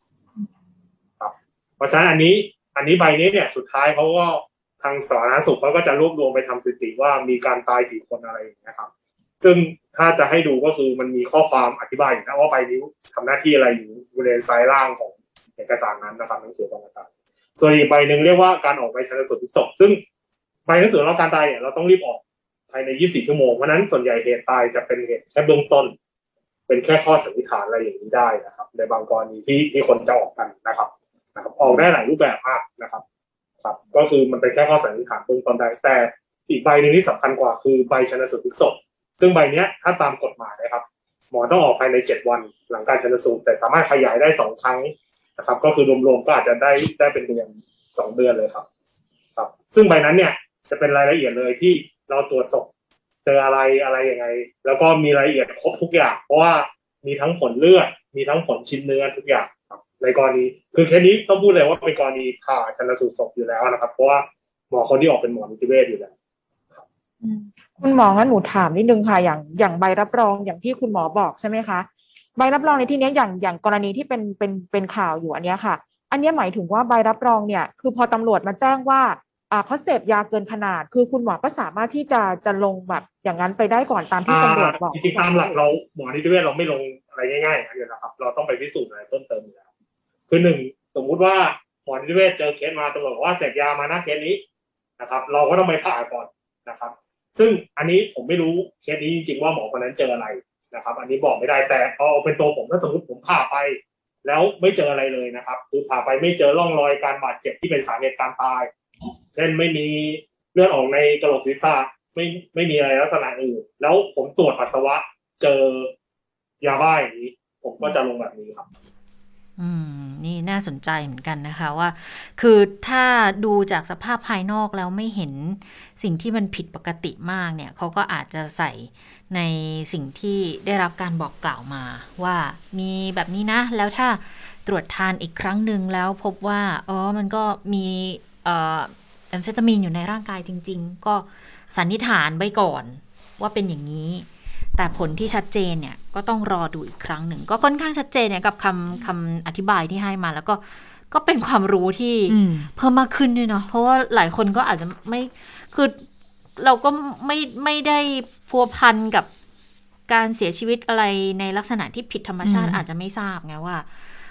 เพราะฉะนั้นอันนี้ใบนี้เนี่ยสุดท้ายเขาก็ทางสาธารณสุขเขาก็จะรวบรวมไปทำสถิติว่ามีการตายกี่คนอะไรอย่างเงี้ยครับซึ่งถ้าจะให้ดูก็คือมันมีข้อความอธิบายอยู่นะว่าใบนี้ทำหน้าที่อะไรอยู่บริเวณซ้ายล่างของเอกสารนั้นนะครับหนังสือรับรองการตายส่วนอีกใบหนึ่งเรียกว่าการออกใบชันสูตรพลิกศพซึ่งใบหนังสือรับรองการตายเนี่ยเราต้องรีบออกภายใน24ชั่วโมงเพราะนั้นส่วนใหญ่เหตุตายจะเป็นเหตุแค่เบื้องต้นเป็นแค่ข้อสันนิษฐานอะไรอย่างนี้ได้นะครับในบางกรณีที่คนจะออกกันนะครับออกได้หลายรูปแบบมากนะครับก็คือมันเป็นแค่ข้อสันนิษฐานเบื้องต้นได้แต่อีกใบหนึ่งที่สำคัญกว่าคือใบชันสูตรพลิกศพซึ่งใบนี้ถ้าตามกฎหมายนะครับหมอต้องออกภายใน7วันหลังการชันสูตรแต่สามารถขยายได้2ครั้งนะครับก็คือรวมๆก็อาจจะได้เป็นเดือน2เดือนเลยครับซึ่งใบนั้นเนี่ยจะเป็นรายละเอียดเลยที่เราตรวจศพเจออะไรยังไงแล้วก็มีรายละเอียดครบทุกอย่างเพราะว่ามีทั้งผลเลือดมีทั้งผลชิ้นเนื้อทุกอย่างในกรณีคือเคสนี้ต้องพูดเลยว่าเป็นกรณีผ่าชันสูตรศพอยู่แล้วนะครับเพราะว่าหมอคนที่ออกเป็นหมอนิติเวชอยู่แล้วคุณหมองั้นหนูถามนิดนึงค่ะอย่างใบรับรองอย่างที่คุณหมอบอกใช่ไหมคะใบรับรองในที่นี้อย่างกรณีที่เป็นข่าวอยู่อันนี้ค่ะอันนี้หมายถึงว่าใบรับรองเนี่ยคือพอตำรวจมาแจ้งว่าเขาเสพยาเกินขนาดคือคุณหมอก็สามารถที่จะลงแบบอย่างนั้นไปได้ก่อนตามที่ตำรวจบอกจริงๆตามหลักเราหมอนิติเวชเราไม่ลงอะไรง่ายๆนะครับเราต้องไปพิสูจน์อะไรเพิ่มเติมอยู่แล้วคือ1สมมุติว่าหมอนิติเวชเจอเคสมาตำรวจบอกว่าเสพยามานะเคสนี้นะครับเราก็ต้องไปผ่าก่อนนะครับซึ่งอันนี้ผมไม่รู้เคสนี้จริงๆว่าหมอคนนั้นเจออะไรนะครับอันนี้บอกไม่ได้แต่เอาเป็นตัวผมถ้าสมมติผมผ่าไปแล้วไม่เจออะไรเลยนะครับคือผ่าไปไม่เจอร่องรอยการบาดเจ็บที่เป็นสาเหตุการตายเช่นไม่มีเลือดออกในกระโหลกศีรษะไม่มีอะไรลักษณะอื่นแล้วผมตรวจปัสสาวะเจอยาบ้าอย่างนี้ผมก็จะลงแบบนี้ครับนี่น่าสนใจเหมือนกันนะคะว่าคือถ้าดูจากสภาพภายนอกแล้วไม่เห็นสิ่งที่มันผิดปกติมากเนี่ยเขาก็อาจจะใส่ในสิ่งที่ได้รับการบอกกล่าวมาว่ามีแบบนี้นะแล้วถ้าตรวจทานอีกครั้งหนึ่งแล้วพบว่ามันก็มีแอมเฟตามีนอยู่ในร่างกายจริงๆก็สันนิษฐานไว้ก่อนว่าเป็นอย่างนี้แต่ผลที่ชัดเจนเนี่ยก็ต้องรอดูอีกครั้งหนึ่งก็ค่อนข้างชัดเจนเนี่ยกับคำอธิบายที่ให้มาแล้วก็เป็นความรู้ที่เพิ่มมากขึ้นด้วยเนาะเพราะว่าหลายคนก็อาจจะไม่คือเราก็ไม่ได้พัวพันกับการเสียชีวิตอะไรในลักษณะที่ผิดธรรมชาติอาจจะไม่ทราบไงว่า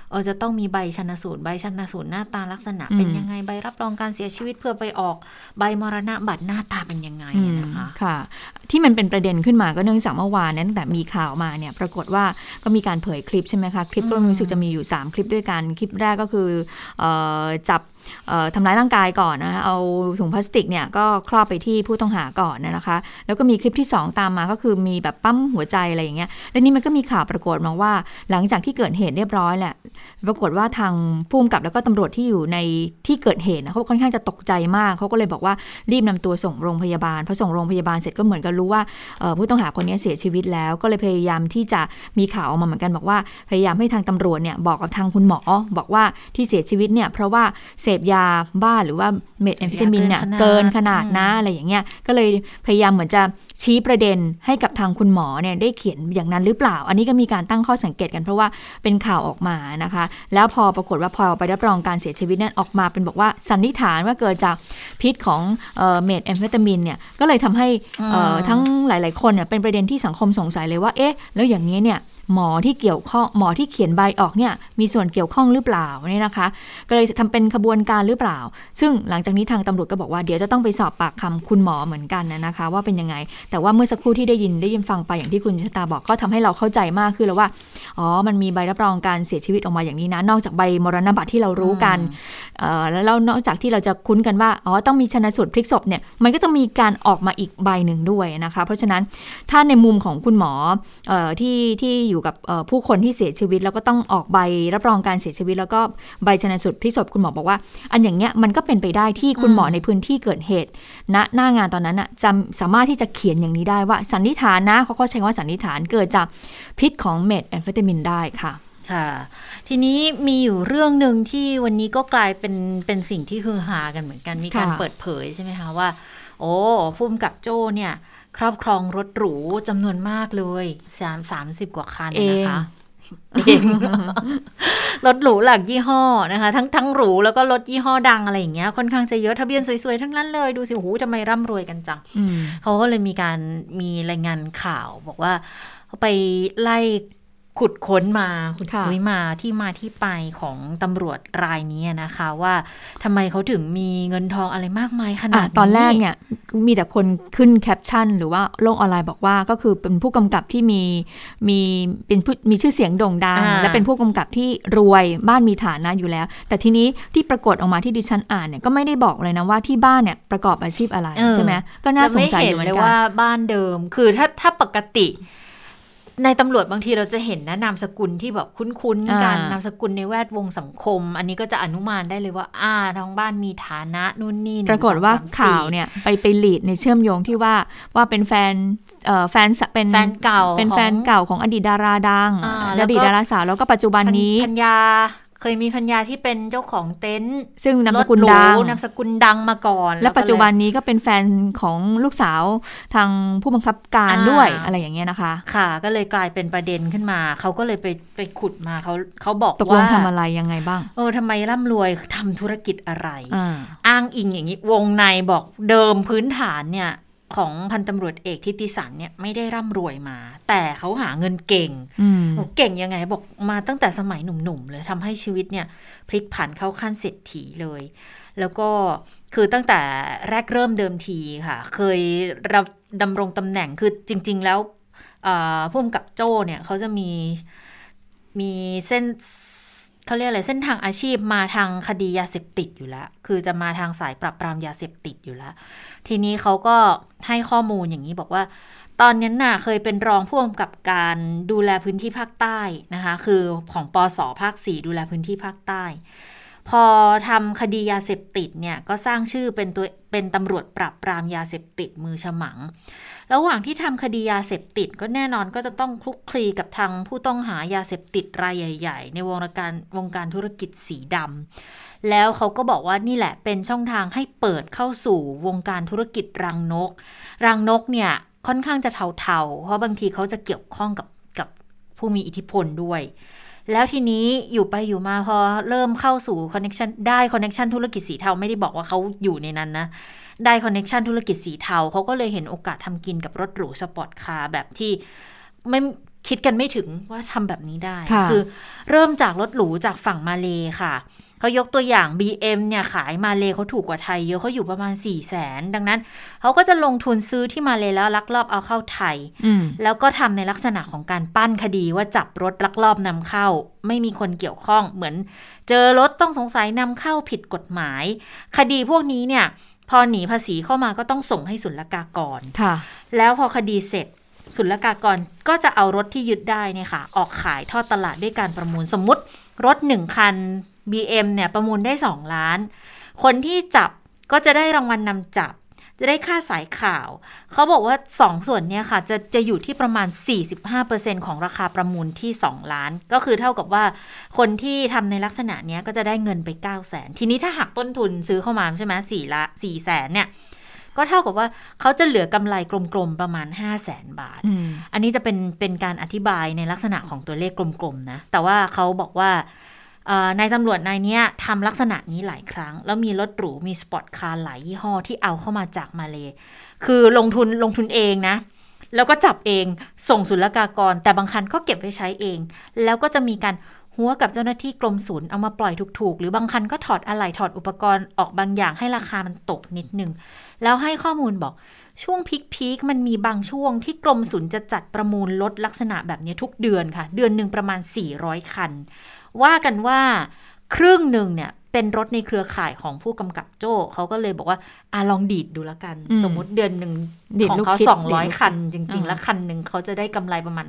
จะต้องมีใบชันสูตรหน้าตาลักษณะเป็นยังไงใบรับรองการเสียชีวิตเพื่อไปออกใบมรณบัตรหน้าตาเป็นยังไงนะคะค่ะที่มันเป็นประเด็นขึ้นมาก็เนื่องจากเมื่อวานตั้งแต่มีข่าวมาเนี่ยปรากฏว่าก็มีการเผยคลิปใช่ไหมคะคลิปก็รู้สึกจะมีอยู่3คลิปด้วยกันคลิปแรกก็คือจับทำร้ายร่างกายก่อนนะคะเอาถุงพลาสติกเนี่ยก็ครอบไปที่ผู้ต้องหาก่อนนะคะแล้วก็มีคลิปที่2ตามมาก็คือมีแบบปั๊มหัวใจอะไรอย่างเงี้ยแล้วนี่มันก็มีข่าวปรากฏมาว่าหลังจากที่เกิดเหตุเรียบร้อยแหละปรากฏว่าทางผู้กำกับแล้วก็ตำรวจที่อยู่ในที่เกิดเหตุเขาค่อนข้างจะตกใจมากเขาก็เลยบอกว่ารีบนำตัวส่งโรงพยาบาลพอส่งโรงพยาบาลเสร็จก็เหมือนกับรู้ว่าผู้ต้องหาคนนี้เสียชีวิตแล้วก็เลยพยายามที่จะมีข่าวออกมาเหมือนกันบอกว่าพยายามให้ทางตำรวจเนี่ยบอกกับทางคุณหมอบอกว่าที่เสียชีวิตเนี่ยเพราะว่าเสพยาบ้าหรือว่าเมทแอมเฟตามีนเนี่ยเกินขนาดนะอะไรอย่างเงี้ยก็เลยพยายามเหมือนจะชี้ประเด็นให้กับทางคุณหมอเนี่ยได้เขียนอย่างนั้นหรือเปล่าอันนี้ก็มีการตั้งข้อสังเกตกันเพราะว่าเป็นข่าวออกมานะคะแล้วพอปรากฏว่าพอไปรับรองการเสียชีวิตนั้นออกมาเป็นบอกว่าสันนิษฐานว่าเกิดจากพิษของเมทแอมเฟตามีนเนี่ยก็เลยทำให้ทั้งหลายๆคนเนี่ยเป็นประเด็นที่สังคมสงสัยเลยว่าเอ๊ะแล้วอย่างนี้เนี่ยหมอที่เกี่ยวข้องหมอที่เขียนใบออกเนี่ยมีส่วนเกี่ยวข้องหรือเปล่าเนี่ยนะคะก็เลยทำเป็นขบวนการหรือเปล่าซึ่งหลังจากนี้ทางตำรวจก็บอกว่าเดี๋ยวจะต้องไปสอบปากคำคุณหมอเหมือนกันนะคะว่าเป็นยังไงแต่ว่าเมื่อสักครู่ที่ได้ยินฟังไปอย่างที่คุณชะตาบอกก็ทำให้เราเข้าใจมากขึ้นแล้วว่าอ๋อมันมีใบรับรองการเสียชีวิตออกมาอย่างนี้นะนอกจากใบมรณบัตรที่เรารู้กันแล้วนอกจากที่เราจะคุ้นกันว่าอ๋อต้องมีชันสูตรพลิกศพเนี่ยมันก็จะมีการออกมาอีกใบหนึ่งด้วยนะคะเพราะฉะนั้นถ้าในมุมของคุณหมอที่อยู่กับผู้คนที่เสียชีวิตแล้วก็ต้องออกใบรับรองการเสียชีวิตแล้วก็ใบชันสูตรพลิกศพคุณหมอบอกว่าอันอย่างเงี้ยมันก็เป็นไปได้ที่คุณหมอในพื้นที่เกิดเหตุณหน้างานตอนนั้นจะสามารถที่จะเขียนอย่างนี้ได้ว่าสันนิษฐานนะเขาก็ใช้ว่าสันนิษฐานเกิดจากพิษของเมทแอมเฟตามีนได้ค่ะค่ะทีนี้มีอยู่เรื่องหนึ่งที่วันนี้ก็กลายเป็นสิ่งที่ฮือฮากันเหมือนกันมีการเปิดเผยใช่ไหมคะว่าโอ้ผู้กำกับโจ้เนี่ยครอบครองรถหรูจำนวนมากเลย30กว่าคันนะคะเองรถหรูหลากยี่ห้อนะคะทั้งหรูแล้วก็รถยี่ห้อดังอะไรอย่างเงี้ยค่อนข้างจะเยอะทะเบียนสวยๆทั้งนั้นเลยดูสิโอ้โหทำไมร่ำรวยกันจังเขาก็เลยมีรายงานข่าวบอกว่าเขาไปไล่ขุดค้นมาที่มาที่ไปของตำรวจรายนี้นะคะว่าทำไมเขาถึงมีเงินทองอะไรมากมายขนาดนี้ตอนแรกเนี่ยมีแต่คนขึ้นแคปชั่นหรือว่าโลกออนไลน์บอกว่าก็คือเป็นผู้กำกับที่มีชื่อเสียงโด่งดังและเป็นผู้กำกับที่รวยบ้านมีฐานะอยู่แล้วแต่ทีนี้ที่ปรากฏออกมาที่ดิฉันอ่านเนี่ยก็ไม่ได้บอกเลยนะว่าที่บ้านเนี่ยประกอบอาชีพอะไรใช่ไหมก็น่าสงสัยอยู่เหมือนกันเลยว่าบ้านเดิมคือถ้าปกติในตำรวจบางทีเราจะเห็นนะนามสกุลที่แบบคุ้นๆกันนามสกุลในแวดวงสังคมอันนี้ก็จะอนุมานได้เลยว่าทางบ้านมีฐานะนู่นนี่ปรากฏว่าข่าวเนี่ยไปลีดในเชื่อมโยงที่ว่าเป็นแฟนเก่าเป็นแฟนเก่าของอดีตดาราดังอดีตดาราสาวแล้วก็ปัจจุบันนี้ภรรยาเคยมีภรรยาที่เป็นเจ้าของเต็นท์ซึ่งนามสกุลดังมาก่อนและปัจจุบันนี้ก็เป็นแฟนของลูกสาวทางผู้บังคับการด้วยอะไรอย่างเงี้ยนะคะค่ะก็เลยกลายเป็นประเด็นขึ้นมาเขาก็เลยไปขุดมาเขาบอกว่าตกลงทำอะไรยังไงบ้างทำไมร่ำรวยทำธุรกิจอะไรอ้างอิงอย่างนี้วงในบอกเดิมพื้นฐานเนี่ยของพันตำรวจเอกทิติสันเนี่ยไม่ได้ร่ำรวยมาแต่เขาหาเงินเก่งเก่งยังไงบอกมาตั้งแต่สมัยหนุ่มๆเลยทำให้ชีวิตเนี่ยพลิกผันเข้าขั้นเศรษฐีเลยแล้วก็คือตั้งแต่แรกเริ่มเดิมทีค่ะเคยรับดำรงตำแหน่งคือจริงๆแล้วผู้กำกับโจ้เนี่ยเขาจะมีเส้นเขาเรียกอะไรเส้นทางอาชีพมาทางคดียาเสพติดอยู่แล้วคือจะมาทางสายปราบปรามยาเสพติดอยู่แล้วทีนี้เขาก็ให้ข้อมูลอย่างนี้บอกว่าตอนนั้นน่ะเคยเป็นรองผู้กำกับการดูแลพื้นที่ภาคใต้นะคะคือของปส.ภาค 4ดูแลพื้นที่ภาคใต้พอทำคดียาเสพติดเนี่ยก็สร้างชื่อเป็นตำรวจปราบปรามยาเสพติดมือฉมังระหว่างที่ทำคดียาเสพติดก็แน่นอนก็จะต้องคลุกคลีกับทางผู้ต้องหายาเสพติดรายใหญ่ๆในวงการธุรกิจสีดำแล้วเขาก็บอกว่านี่แหละเป็นช่องทางให้เปิดเข้าสู่วงการธุรกิจรังนกเนี่ยค่อนข้างจะเทาๆเพราะบางทีเขาจะเกี่ยวข้องกับผู้มีอิทธิพลด้วยแล้วทีนี้อยู่ไปอยู่มาพอเริ่มเข้าสู่คอนเนคชั่นธุรกิจสีเทาไม่ได้บอกว่าเขาอยู่ในนั้นนะได้คอนเนคชั่นธุรกิจสีเทาเขาก็เลยเห็นโอกาสทำกินกับรถหรูสปอร์ตคาร์แบบที่ไม่คิดกันไม่ถึงว่าทำแบบนี้ได้ค่ะคือเริ่มจากรถหรูจากฝั่งมาเลค่ะเขายกตัวอย่าง BM เนี่ยขายมาเลเขาถูกกว่าไทยเยอะเขาอยู่ประมาณ 400,000 ดังนั้นเขาก็จะลงทุนซื้อที่มาเลแล้วลักลอบเอาเข้าไทยแล้วก็ทำในลักษณะของการปั้นคดีว่าจับรถลักลอบนำเข้าไม่มีคนเกี่ยวข้องเหมือนเจอรถต้องสงสัยนำเข้าผิดกฎหมายคดีพวกนี้เนี่ยพอหนีภาษีเข้ามาก็ต้องส่งให้ศุลกากรแล้วพอคดีเสร็จศุลกากรก็จะเอารถที่ยึดได้เนี่ยค่ะออกขายทอดตลาดด้วยการประมูลสมมุติรถ1คันBM เนี่ยประมูลได้2ล้านคนที่จับก็จะได้รางวัลนำจับจะได้ค่าสายข่าวเขาบอกว่า2ส่วนเนี่ยค่ะจะอยู่ที่ประมาณ 45% ของราคาประมูลที่2ล้านก็คือเท่ากับว่าคนที่ทำในลักษณะนี้ก็จะได้เงินไป 900,000 ทีนี้ถ้าหักต้นทุนซื้อเข้ามาใช่ไหม400,000เนี่ยก็เท่ากับว่าเขาจะเหลือกำไรกลมๆประมาณ 500,000 บาทอันนี้จะเป็นการอธิบายในลักษณะของตัวเลขกลมๆนะแต่ว่าเขาบอกว่านายตำรวจนายนี้ทำลักษณะนี้หลายครั้งแล้วมีรถหรูมีสปอร์ตคาร์หลายยี่ห้อที่เอาเข้ามาจากมาเลคือลงทุนเองนะแล้วก็จับเองส่งศุลกากรแต่บางคันก็เก็บไว้ใช้เองแล้วก็จะมีการหัวกับเจ้าหน้าที่กรมศุลเอามาปล่อยถูกๆหรือบางคันก็ถอดอะไหล่ถอดอุปกรณ์ออกบางอย่างให้ราคามันตกนิดนึงแล้วให้ข้อมูลบอกช่วงพีคมันมีบางช่วงที่กรมศุลจะจัดประมูลรถลักษณะแบบนี้ทุกเดือนค่ะเดือนนึงประมาณ400คันว่ากันว่าครึ่งหนึ่งเนี่ยเป็นรถในเครือข่ายของผู้กำกับโจ้เขาก็เลยบอกว่าลองดีดดูแล้วกันสมมุติเดือนหนึ่งของเขา200คันจริงๆแล้วคันหนึ่งเขาจะได้กำไรประมาณ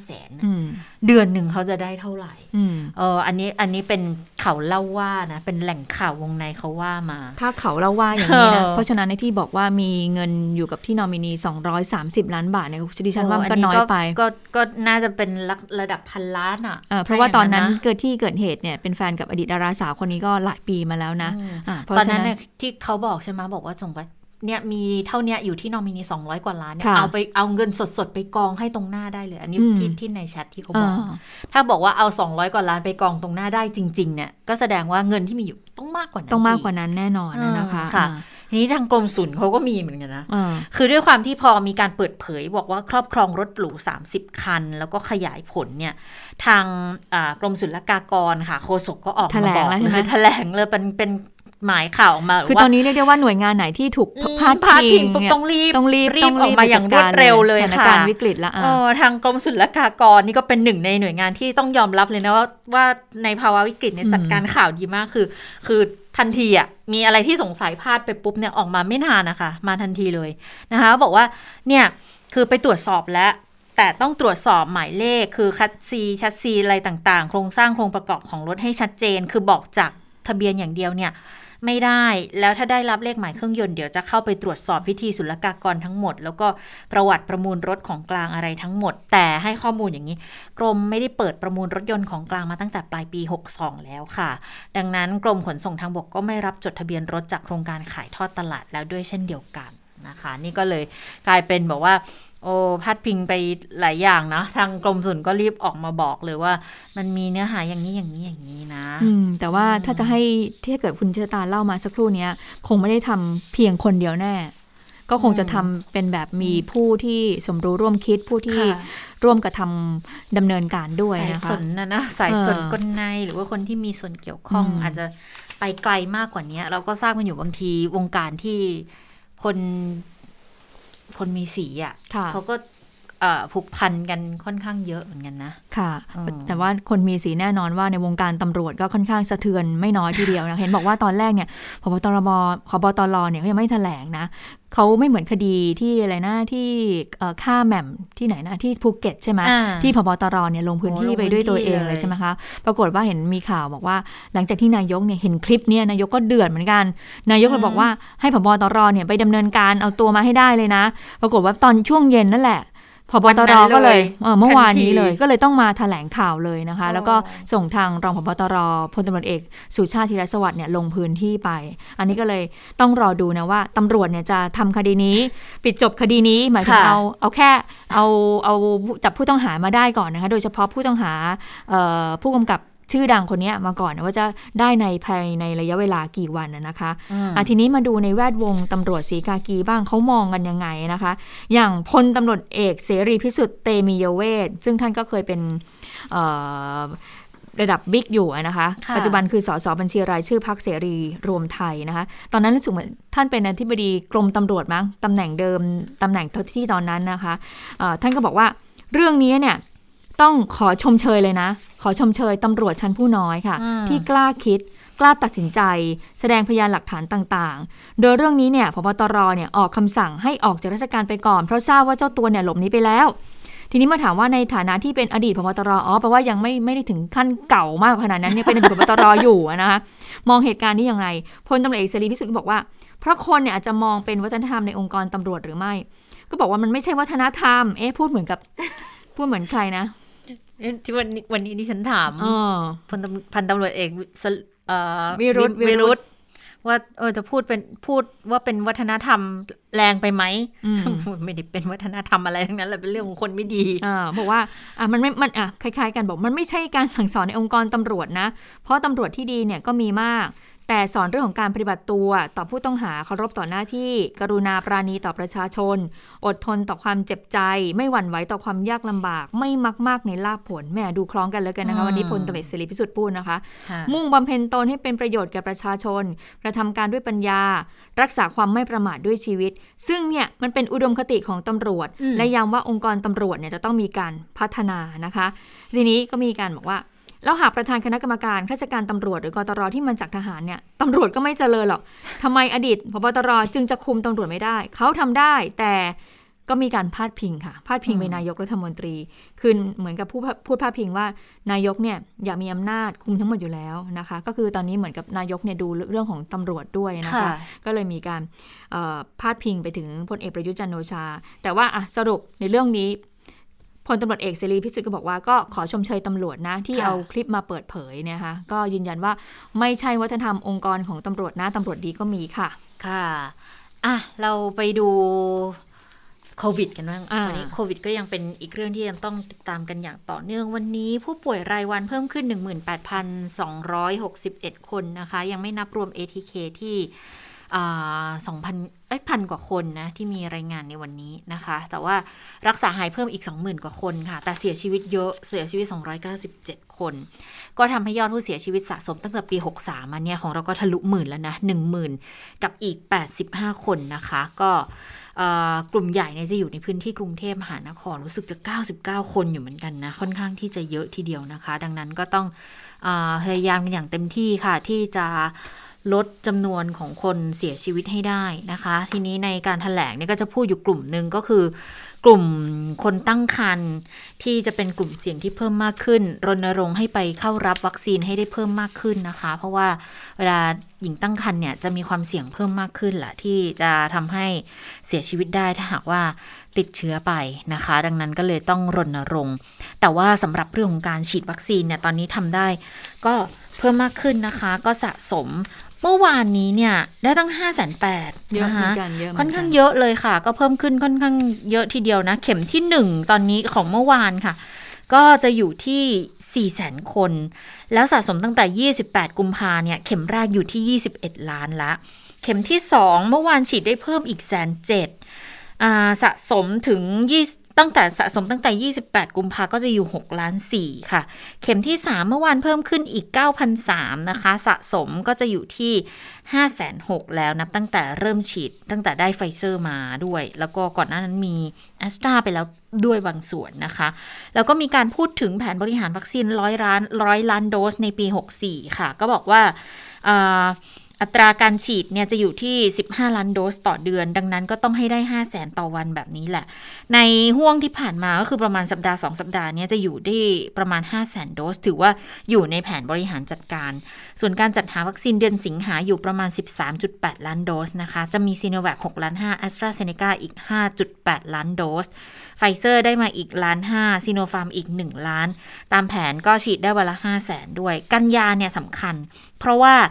500,000 เดือนหนึ่งเขาจะได้เท่าไหร่อันนี้เป็นเขาเล่าว่านะเป็นแหล่งข่าววงในเขาว่ามาถ้าเขาเล่าว่าอย่างนี้นะเพราะฉะนั้นในที่บอกว่ามีเงินอยู่กับที่นอมินี230ล้านบาทเนี่ยดิฉันว่ามันก็น้อยไปก็น่าจะเป็นระดับพันล้านเพราะว่าตอนนั้นเกิดที่เกิดเหตุเนี่ยเป็นแฟนกับอดีตดาราสาวคนนี้ก็หลายปีมาแล้วนะตอนนั้นที่เขาบอกใช่ไหมบอกว่าส่งไปเนี่ยมีเท่านี้อยู่ที่นอมินี200กว่าล้านเนี่ยเอาเงินสดๆไปกองให้ตรงหน้าได้เลยอันนี้ที่ในแชทที่เขาบอกถ้าบอกว่าเอา200กว่าล้านไปกองตรงหน้าได้จริงๆเนี่ยก็แสดงว่าเงินที่มีอยู่ต้องมากกว่านั้นแน่นอนนะคะทีนี้ทางกรมศุลเขาก็มีเหมือนกันนะคือด้วยความที่พอมีการเปิดเผยบอกว่าครอบครองรถหรู30คันแล้วก็ขยายผลเนี่ยทางกรมศุลกากรค่ะโฆษกก็ออกมาบอกเลยแถลงเลยเป็นหมายข่าวออกมาคือตอนนี้เรียกได้ว่าหน่วยงานไหนที่ถูกพาดพิงต้องรีบออกมาอย่างรวดเร็วเลยค่ะสถานการณ์วิกฤตละทางกรมศุลกากรนี่ก็เป็นหนึ่งในหน่วยงานที่ต้องยอมรับเลยนะว่าในภาวะวิกฤตเนี่ยจัดการข่าวดีมากคือทันทีมีอะไรที่สงสัยพลาดไปปุ๊บเนี่ยออกมาไม่นานนะคะมาทันทีเลยนะคะบอกว่าเนี่ยคือไปตรวจสอบแล้วแต่ต้องตรวจสอบหมายเลขคือชัดซีอะไรต่างๆโครงสร้างโครงประกอบของรถให้ชัดเจนคือบอกจากทะเบียนอย่างเดียวเนี่ยไม่ได้แล้วถ้าได้รับเลขหมายเครื่องยนต์เดี๋ยวจะเข้าไปตรวจสอบพิธีศุลกากรทั้งหมดแล้วก็ประวัติประมูลรถของกลางอะไรทั้งหมดแต่ให้ข้อมูลอย่างนี้กรมไม่ได้เปิดประมูลรถยนต์ของกลางมาตั้งแต่ปลายปี62แล้วค่ะดังนั้นกรมขนส่งทางบกก็ไม่รับจดทะเบียนรถจากโครงการขายทอดตลาดแล้วด้วยเช่นเดียวกันนะคะนี่ก็เลยกลายเป็นบอกว่าพาดพิงไปหลายอย่างนะทางกรมศุลก็รีบออกมาบอกเลยว่ามันมีเนื้อหาอย่างนี้นะแต่ว่าถ้าจะให้ที่เกิดคุณเชษตาเล่ามาสักครู่นี้คงไม่ได้ทำเพียงคนเดียวแน่ก็คงจะทำเป็นแบบมีผู้ที่สมรู้ร่วมคิดผู้ที่ร่วมกระทำดำเนินการด้วยนะคะสายสนนะสายสนกลในหรือว่าคนที่มีส่วนเกี่ยวข้องอาจจะไปไกลมากกว่านี้เราก็ทราบกันอยู่บางทีวงการที่คนมีสีเขาก็ผูกพันกันค่อนข้างเยอะเหมือนกันนะค่ะแต่ว่าคนมีสีแน่นอนว่าในวงการตำรวจก็ค่อนข้างสะเทือนไม่น้อยทีเดียวนะเห็นบอกว่าตอนแรกเนี่ยพบตรเนี่ยเขายังไม่แถลงนะเขาไม่เหมือนคดีที่อะไรนะที่ฆ่าแหม่มที่ไหนนะที่ภูเก็ตใช่ไหมที่พบตรเนี่ยลงพื้นที่ไปด้วยตัวเองเลยใช่ไหมคะปรากฏว่าเห็นมีข่าวบอกว่าหลังจากที่นายกเนี่ยเห็นคลิปเนี่ยนายกก็เดือดเหมือนกันนายกเลยบอกว่าให้พบตรเนี่ยไปดำเนินการเอาตัวมาให้ได้เลยนะปรากฏว่าตอนช่วงเย็นนั่นแหละพบตรก็เลยเมื่อวานนี้เลยก็เลยต้องมาแถลงข่าวเลยนะคะแล้วก็ส่งทางรองพบตรพลตำรวจเอกสุชาติธีรสวัสดิ์เนี่ยลงพื้นที่ไปอันนี้ก็เลยต้องรอดูนะว่าตำรวจเนี่ยจะทำคดีนี้ปิดจบคดีนี้หมายถึงเอาแค่เอาจับผู้ต้องหามาได้ก่อนนะคะโดยเฉพาะผู้ต้องหาผู้กำกับชื่อดังคนนี้มาก่อนนะว่าจะได้ในภายในระยะเวลากี่วันนะคะทีนี้มาดูในแวดวงตำรวจศรีกากีบ้างเขามองกันยังไงนะคะอย่างพลตำรวจเอกเสรีพิสุทธิ์เตมียเวทซึ่งท่านก็เคยเป็นระดับบิ๊กอยู่นะคะปัจจุบันคือสสบัญชีรายชื่อพรรคเสรีรวมไทยนะคะตอนนั้นรู้สึกเหมือนท่านเป็นอธิบดีกรมตำรวจมั้งตำแหน่งเดิมตำแหน่งที่ตอนนั้นนะคะท่านก็บอกว่าเรื่องนี้เนี่ยต้องขอชมเชยเลยนะขอชมเชยตำรวจชั้นผู้น้อยค่ะที่กล้าคิดกล้าตัดสินใจแสดงพยานหลักฐานต่างๆโดยเรื่องนี้เนี่ยผบ.ตร.เนี่ยออกคำสั่งให้ออกจากราชการไปก่อนเพราะทราบว่าเจ้าตัวเนี่ยหลบหนีไปแล้วทีนี้มาถามว่าในฐานะที่เป็นอดีตผบ.ตร.แปลว่ายังไม่ได้ถึงขั้นเก่ามากขนาดนั้นเนี่ยเป็นอดีตผบ.ตร.อยู่นะคะมองเหตุการณ์นี้ยังไงพลตำรวจเอกเสรีพิสุทธิ์บอกว่าเพราะคนเนี่ยอาจจะมองเป็นวัฒนธรรมในองค์กรตำรวจหรือไม่ก็บอกว่ามันไม่ใช่วัฒนธรรมพูดเหมือนใครนะที่วันนี้ดิฉันถามพันตำรวจเอกวิรุธว่าจะพูดว่าเป็นวัฒนธรรมแรงไปไหมไม่ได้เป็นวัฒนธรรมอะไรทั้งนั้นแหละเป็นเรื่องของคนไม่ดีบอกว่ามันคล้ายๆกันบอกมันไม่ใช่การสั่งสอนในองค์กรตำรวจนะเพราะตำรวจที่ดีเนี่ยก็มีมากแต่สอนเรื่องของการปฏิบัติตัวต่อผู้ต้องหาเคารพต่อหน้าที่กรุณาปราณีต่อประชาชนอดทนต่อความเจ็บใจไม่หวั่นไหวต่อความยากลำบากไม่มักมากในลาภผลแม่ดูคล้องกันแล้วกันนะคะวันนี้พลตำรวจเสรีพิสุทธิ์พูดนะคะมุ่งบำเพ็ญตนให้เป็นประโยชน์แก่ประชาชนกระทำการด้วยปัญญารักษาความไม่ประมาทด้วยชีวิตซึ่งเนี่ยมันเป็นอุดมคติของตำรวจและย้ำว่าองค์กรตำรวจเนี่ยจะต้องมีการพัฒนานะคะทีนี้ก็มีการบอกว่าแล้วหากประธานคณะกรรมการข้าราชการตำรวจหรือกตร.ที่มาจากทหารเนี่ยตำรวจก็ไม่เจริญหรอกทำไมอดีตผบ.ตร.จึงจะคุมตำรวจไม่ได้เขาทำได้แต่ก็มีการพาดพิงค่ะพาดพิงไปนายกรัฐมนตรีคือเหมือนกับพูดพาดพิงว่านายกเนี่ยอยากมีอำนาจคุมทั้งหมดอยู่แล้วนะคะก็คือตอนนี้เหมือนกับนายกเนี่ยดูเรื่องของตำรวจด้วยนะคะก็เลยมีการพาดพิงไปถึงพลเอกประยุทธ์จันทร์โอชาแต่ว่าสรุปในเรื่องนี้พลตำรวจเอกเสรีพิสุทธิ์ก็บอกว่าก็ขอชมเชยตำรวจนะที่เอาคลิปมาเปิดเผยนะคะก็ยืนยันว่าไม่ใช่วัฒนธรรมองค์กรของตำรวจนะตำรวจดีก็มีค่ะค่ะเราไปดูโควิดกันบ้างวันนี้โควิดก็ยังเป็นอีกเรื่องที่ยังต้องติดตามกันอย่างต่อเนื่องวันนี้ผู้ป่วยรายวันเพิ่มขึ้น 18,261 คนนะคะยังไม่นับรวม ATK ที่พันกว่าคนนะที่มีรายงานในวันนี้นะคะแต่ว่ารักษาหายเพิ่มอีก 20,000 กว่าคนค่ะแต่เสียชีวิตเยอะเสียชีวิต297คนก็ทำให้ยอดผู้เสียชีวิตสะสมตั้งแต่ปี63มาเนี่ยของเราก็ทะลุหมื่นแล้วนะ 10,000 กับอีก85คนนะคะก็กลุ่มใหญ่เนี่ยจะอยู่ในพื้นที่กรุงเทพมหานครรู้สึกจะ99คนอยู่เหมือนกันนะค่อนข้างที่จะเยอะทีเดียวนะคะดังนั้นก็ต้องพยายามกันอย่างเต็มที่ค่ะที่จะลดจำนวนของคนเสียชีวิตให้ได้นะคะทีนี้ในการแถลงเนี่ยก็จะพูดอยู่กลุ่มนึงก็คือกลุ่มคนตั้งครรภ์ที่จะเป็นกลุ่มเสี่ยงที่เพิ่มมากขึ้นรณรงค์ให้ไปเข้ารับวัคซีนให้ได้เพิ่มมากขึ้นนะคะเพราะว่าเวลาหญิงตั้งครรภ์เนี่ยจะมีความเสี่ยงเพิ่มมากขึ้นแหละที่จะทำให้เสียชีวิตได้ถ้าหากว่าติดเชื้อไปนะคะดังนั้นก็เลยต้องรณรงค์แต่ว่าสำหรับเรื่องของการฉีดวัคซีนเนี่ยตอนนี้ทำได้ก็เพิ่มมากขึ้นนะคะก็สะสมเมื่อวานนี้เนี่ยได้ตั้ง 580,000 นะคะค่อนข้างเยอะเลยค่ะก็เพิ่มขึ้นค่อนข้างเยอะทีเดียวนะเข็มที่1ตอนนี้ของเมื่อวานค่ะก็จะอยู่ที่ 400,000 คนแล้วสะสมตั้งแต่28กุมภาพันธ์เนี่ยเข็มแรกอยู่ที่21ล้านละเข็มที่2เมื่อวานฉีดได้เพิ่มอีก 170,000 สะสมถึงตั้งแต่28กุมภาพันธ์ก็จะอยู่6ล้าน4ค่ะเข็มที่3เมื่อวานเพิ่มขึ้นอีก 9,300 นะคะสะสมก็จะอยู่ที่ 560,000 แล้วนับตั้งแต่เริ่มฉีดตั้งแต่ได้ไฟเซอร์มาด้วยแล้วก็ก่อนหน้านั้นมีแอสตราไปแล้วด้วยบางส่วนนะคะแล้วก็มีการพูดถึงแผนบริหารวัคซีน100 ล้านโดสในปี64ค่ะก็บอกว่าอัตราการฉีดเนี่ยจะอยู่ที่15ล้านโดสต่อเดือนดังนั้นก็ต้องให้ได้ 500,000 ต่อวันแบบนี้แหละในห่วงที่ผ่านมาก็คือประมาณสัปดาห์2สัปดาห์นี้จะอยู่ได้ประมาณ 500,000 โดสถือว่าอยู่ในแผนบริหารจัดการส่วนการจัดหาวัคซีนเดือนสิงหาอยู่ประมาณ 13.8 ล้านโดสนะคะจะมีซีโนแวค6ล้าน5 AstraZeneca อีก 5.8 ล้านโดสไฟเซอร์ได้มาอีก1.5 ล้านซิโนฟาร์มอีก1ล้านตามแผนก็ฉีดได้วันละ 500,000 ด้วยกันยาเนี่ยสำคัญเพราะว่า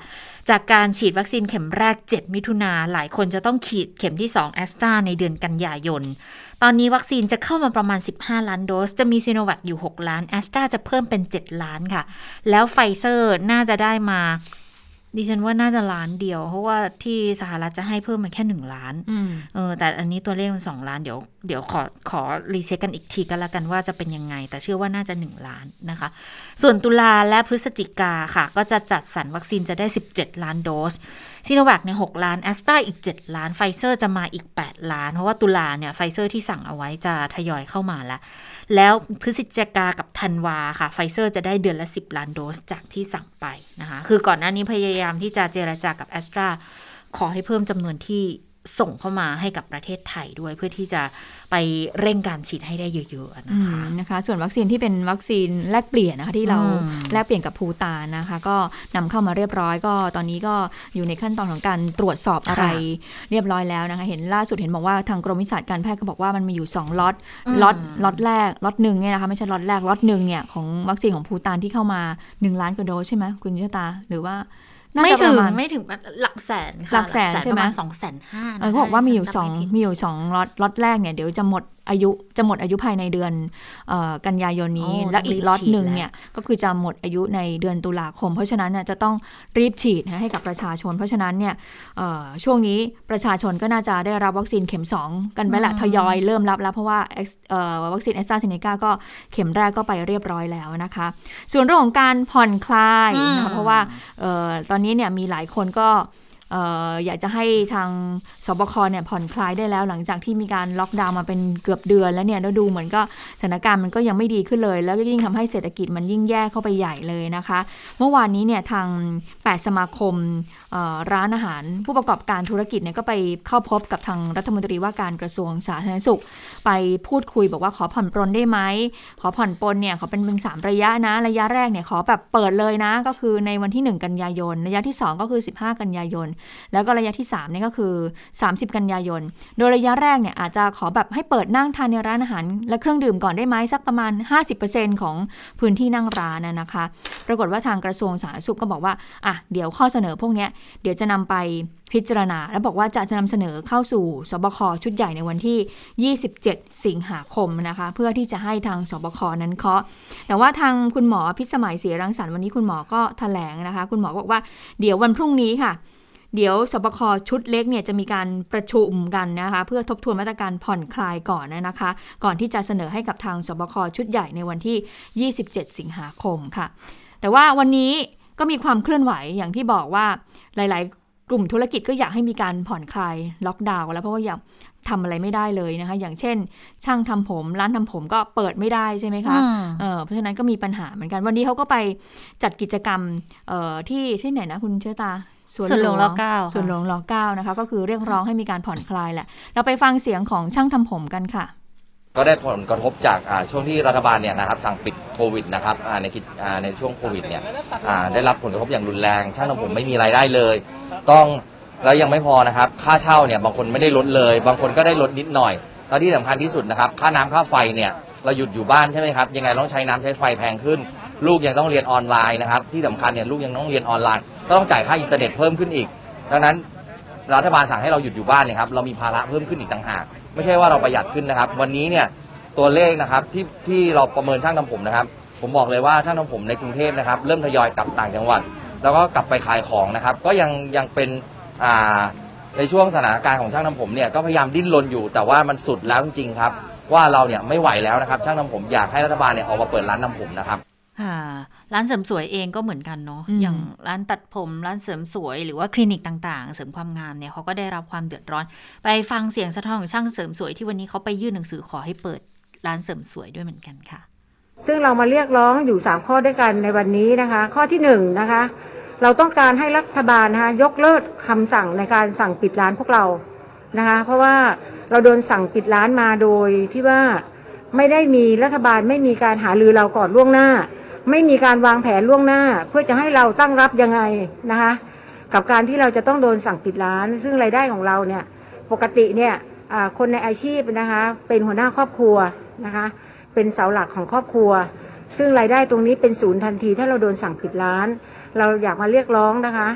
จากการฉีดวัคซีนเข็มแรก7มิถุนาหลายคนจะต้องฉีดเข็มที่2แอสตราในเดือนกันยายนตอนนี้วัคซีนจะเข้ามาประมาณ15ล้านโดสจะมีซิโนแวคอยู่6ล้านแอสตราจะเพิ่มเป็น7ล้านค่ะแล้วไฟเซอร์น่าจะได้มาดิฉันว่าน่าจะล้านเดียวเพราะว่าที่สหรัฐจะให้เพิ่มมาแค่1ล้านแต่อันนี้ตัวเลขมัน2ล้านเดี๋ยวขอรีเช็คกันอีกทีกันละกันว่าจะเป็นยังไงแต่เชื่อว่าน่าจะ1ล้านนะคะส่วนตุลาและพฤศจิกาค่ะก็จะจัดสรรวัคซีนจะได้17ล้านโดสซิโนแวคเนี่ย6ล้านแอสตราอีก7ล้านไฟเซอร์จะมาอีก8ล้านเพราะว่าตุลาเนี่ยไฟเซอร์ที่สั่งเอาไว้จะทยอยเข้ามาแล้วพฤศจิกากับธันวาค่ะไฟเซอร์จะได้เดือนละ10ล้านโดสจากที่สั่งไปนะคะคือก่อนหน้านี้พยายามที่จะเจรจากับแอสตราขอให้เพิ่มจำนวนที่ส่งเข้ามาให้กับประเทศไทยด้วยเพื่อที่จะไปเร่งการฉีดให้ได้เยอะๆนะคะส่วนวัคซีนที่เป็นวัคซีนแลกเปลี่ยนนะคะที่เราแลกเปลี่ยนกับภูฏานนะคะก็นำเข้ามาเรียบร้อยก็ตอนนี้ก็อยู่ในขั้นตอนของการตรวจสอบอะไรเรียบร้อยแล้วนะคะเห็นล่าสุดเห็นบอกว่าทางกรมวิชาการแพทย์ก็บอกว่ามันมีอยู่2ล็อตแรกล็อต1เนี่ยนะคะไม่ใช่ล็อตแรกล็อต1เนี่ยของวัคซีนของภูฏานที่เข้ามา1ล้านกว่าโดสใช่ไหมคุณยุทธาหรือว่าไม่ถึงหลักแสนค่ะหลักแสนใช่ไหม 250,000 เขาบอกว่ามีอยู่2ล็อตแรกเนี่ยเดี๋ยวจะหมดอายุภายในเดือนกันยายนนี้และอีกล็อตหนึ่งเนี่ยก็คือจะหมดอายุในเดือนตุลาคมเพราะฉะนั้นเนี่ยจะต้องรีบฉีดให้กับประชาชนเพราะฉะนั้นเนี่ยช่วงนี้ประชาชนก็น่าจะได้รับวัคซีนเข็ม2กันไปละทยอยเริ่มรับแล้วเพราะว่าวัคซีนแอสตราเซเนกาก็เข็มแรกก็ไปเรียบร้อยแล้วนะคะส่วนเรื่องของการผ่อนคลายนะคะเพราะว่าตอนนี้เนี่ยมีหลายคนก็อยากจะให้ทางสบคเนี่ยผ่อนคลายได้แล้วหลังจากที่มีการล็อกดาวน์มาเป็นเกือบเดือนแล้วเนี่ยแล้วดูเหมือนก็สถานการณ์มันก็ยังไม่ดีขึ้นเลยแล้วก็ยิ่งทำให้เศรษฐกิจมันยิ่งแย่เข้าไปใหญ่เลยนะคะเมื่อวานนี้เนี่ยทาง8สมาคมร้านอาหารผู้ประกอบการธุรกิจเนี่ยก็ไปเข้าพบกับทางรัฐมนตรีว่าการกระทรวงสาธารณสุขไปพูดคุยบอกว่าขอผ่อนปรนได้ไหมขอผ่อนปรนเนี่ยขอเป็น3ระยะนะระยะแรกเนี่ยขอแบบเปิดเลยนะก็คือในวันที่1กันยายนระยะที่2ก็คือ15กันยายนแล้วก็ระยะที่3นี่ก็คือ30กันยายนโดยระยะแรกเนี่ยอาจจะขอแบบให้เปิดนั่งทานในร้านอาหารและเครื่องดื่มก่อนได้ไหมสักประมาณ 50% ของพื้นที่นั่งร้านนะคะปรากฏว่าทางกระทรวงสาธารณสุขก็บอกว่าเดี๋ยวข้อเสนอพวกนี้เดี๋ยวจะนำไปพิจารณาและบอกว่าจะนำเสนอเข้าสู่สบคชุดใหญ่ในวันที่27สิงหาคมนะคะเพื่อที่จะให้ทางสบคนั้นเคาะแต่ว่าทางคุณหมอพิสมัยศรีรังสรรค์วันนี้คุณหมอก็แถลงนะคะคุณหมอบอกว่าเดี๋ยววันพรุ่งนี้ค่ะเดี๋ยวสบคชุดเล็กเนี่ยจะมีการประชุมกันนะคะเพื่อทบทวนมาตรการผ่อนคลายก่อนนะคะก่อนที่จะเสนอให้กับทางสบคชุดใหญ่ในวันที่27สิงหาคมค่ะแต่ว่าวันนี้ก็มีความเคลื่อนไหวอย่างที่บอกว่าหลายๆกลุ่มธุรกิจก็อยากให้มีการผ่อนคลายล็อกดาวน์แล้วเพราะว่าอยากทำอะไรไม่ได้เลยนะคะอย่างเช่นช่างทำผมร้านทำผมก็เปิดไม่ได้ใช่ไหมคะเพราะฉะนั้นก็มีปัญหาเหมือนกันวันนี้เขาก็ไปจัดกิจกรรมที่ไหนนะคุณเชษตาสวนหลวงร.9สวนหลวงร.9นะคะก็คือเรียกร้องให้มีการผ่อนคลายแหละเราไปฟังเสียงของช่างทำผมกันค่ะก็ได้ผลกระทบจากช่วงที่รัฐบาลเนี่ยนะครับสั่งปิดโควิดนะครับในช่วงโควิดเนี่ยได้รับผลกระทบอย่างรุนแรงช่างทำผมไม่มีรายได้เลยต้องแล้วยังไม่พอนะครับค่าเช่าเนี่ยบางคนไม่ได้ลดเลยบางคนก็ได้ลดนิดหน่อยแล้วที่สำคัญที่สุดนะครับค่าน้ำค่าไฟเนี่ยเราหยุดอยู่บ้านใช่ไหมครับยังไงต้องใช้น้ำใช้ไฟแพงขึ้นลูกยังต้องเรียนออนไลน์นะครับที่สำคัญเนี่ยลูกยังต้องเรียนออนไลน์ก็ต้องจ่ายค่าอินเทอร์เน็ตเพิ่มขึ้นอีกดังนั้นรัฐบาลสั่งให้เราหยุดอยู่บ้านเนี่ยครับเรามีภาระเพิ่มขึ้นอีกต่างหากไม่ใช่ว่าเราประหยัดขึ้นนะครับวันนี้เนี่ยตัวเลขนะครับที่เราประเมินช่างทำผมนะครับผมบอกเลยว่าช่างทำผมในกรุงเทพนะครับเริ่มทยอยกลับต่างจังหวัดแล้วก็กลับไปขายของนะครับก็ยังเป็นในช่วงสถานการณ์ของช่างทำผมเนี่ยก็พยายามดิ้นรนอยู่แต่ว่ามันสุดแล้วจริงๆครับว่าเราเนี่ยไม่ไหวแล้วนะครับช่างทำผมอยากให้รัฐบาลเนี่ยออกมาเปิดร้านทำผมนะครับร้านเสริมสวยเองก็เหมือนกันเนาะอย่างร้านตัดผมร้านเสริมสวยหรือว่าคลินิกต่างๆเสริมความงามเนี่ยเขาก็ได้รับความเดือดร้อนไปฟังเสียงสะท้อนของช่างเสริมสวยที่วันนี้เขาไปยื่นหนังสือขอให้เปิดร้านเสริมสวยด้วยเหมือนกันค่ะซึ่งเรามาเรียกร้องอยู่3ข้อด้วยกันในวันนี้นะคะข้อที่1นะคะเราต้องการให้รัฐบาลนะคะยกเลิกคำสั่งในการสั่งปิดร้านพวกเรานะคะเพราะว่าเราโดนสั่งปิดร้านมาโดยที่ว่าไม่ได้มีรัฐบาลไม่มีการหารือเราก่อนล่วงหน้าไม่มีการวางแผนล่วงหน้าเพื่อจะให้เราตั้งรับยังไงนะคะกับการที่เราจะต้องโดนสั่งปิดร้านซึ่งรายได้ของเราเนี่ยปกติเนี่ยคนในอาชีพนะคะเป็นหัวหน้าครอบครัวนะคะเป็นเสาหลักของครอบครัวซึ่งรายได้ตรงนี้เป็นศูนย์ทันทีถ้าเราโดนสั่งปิดร้านเราอยากมาเรียกร้องนะคะ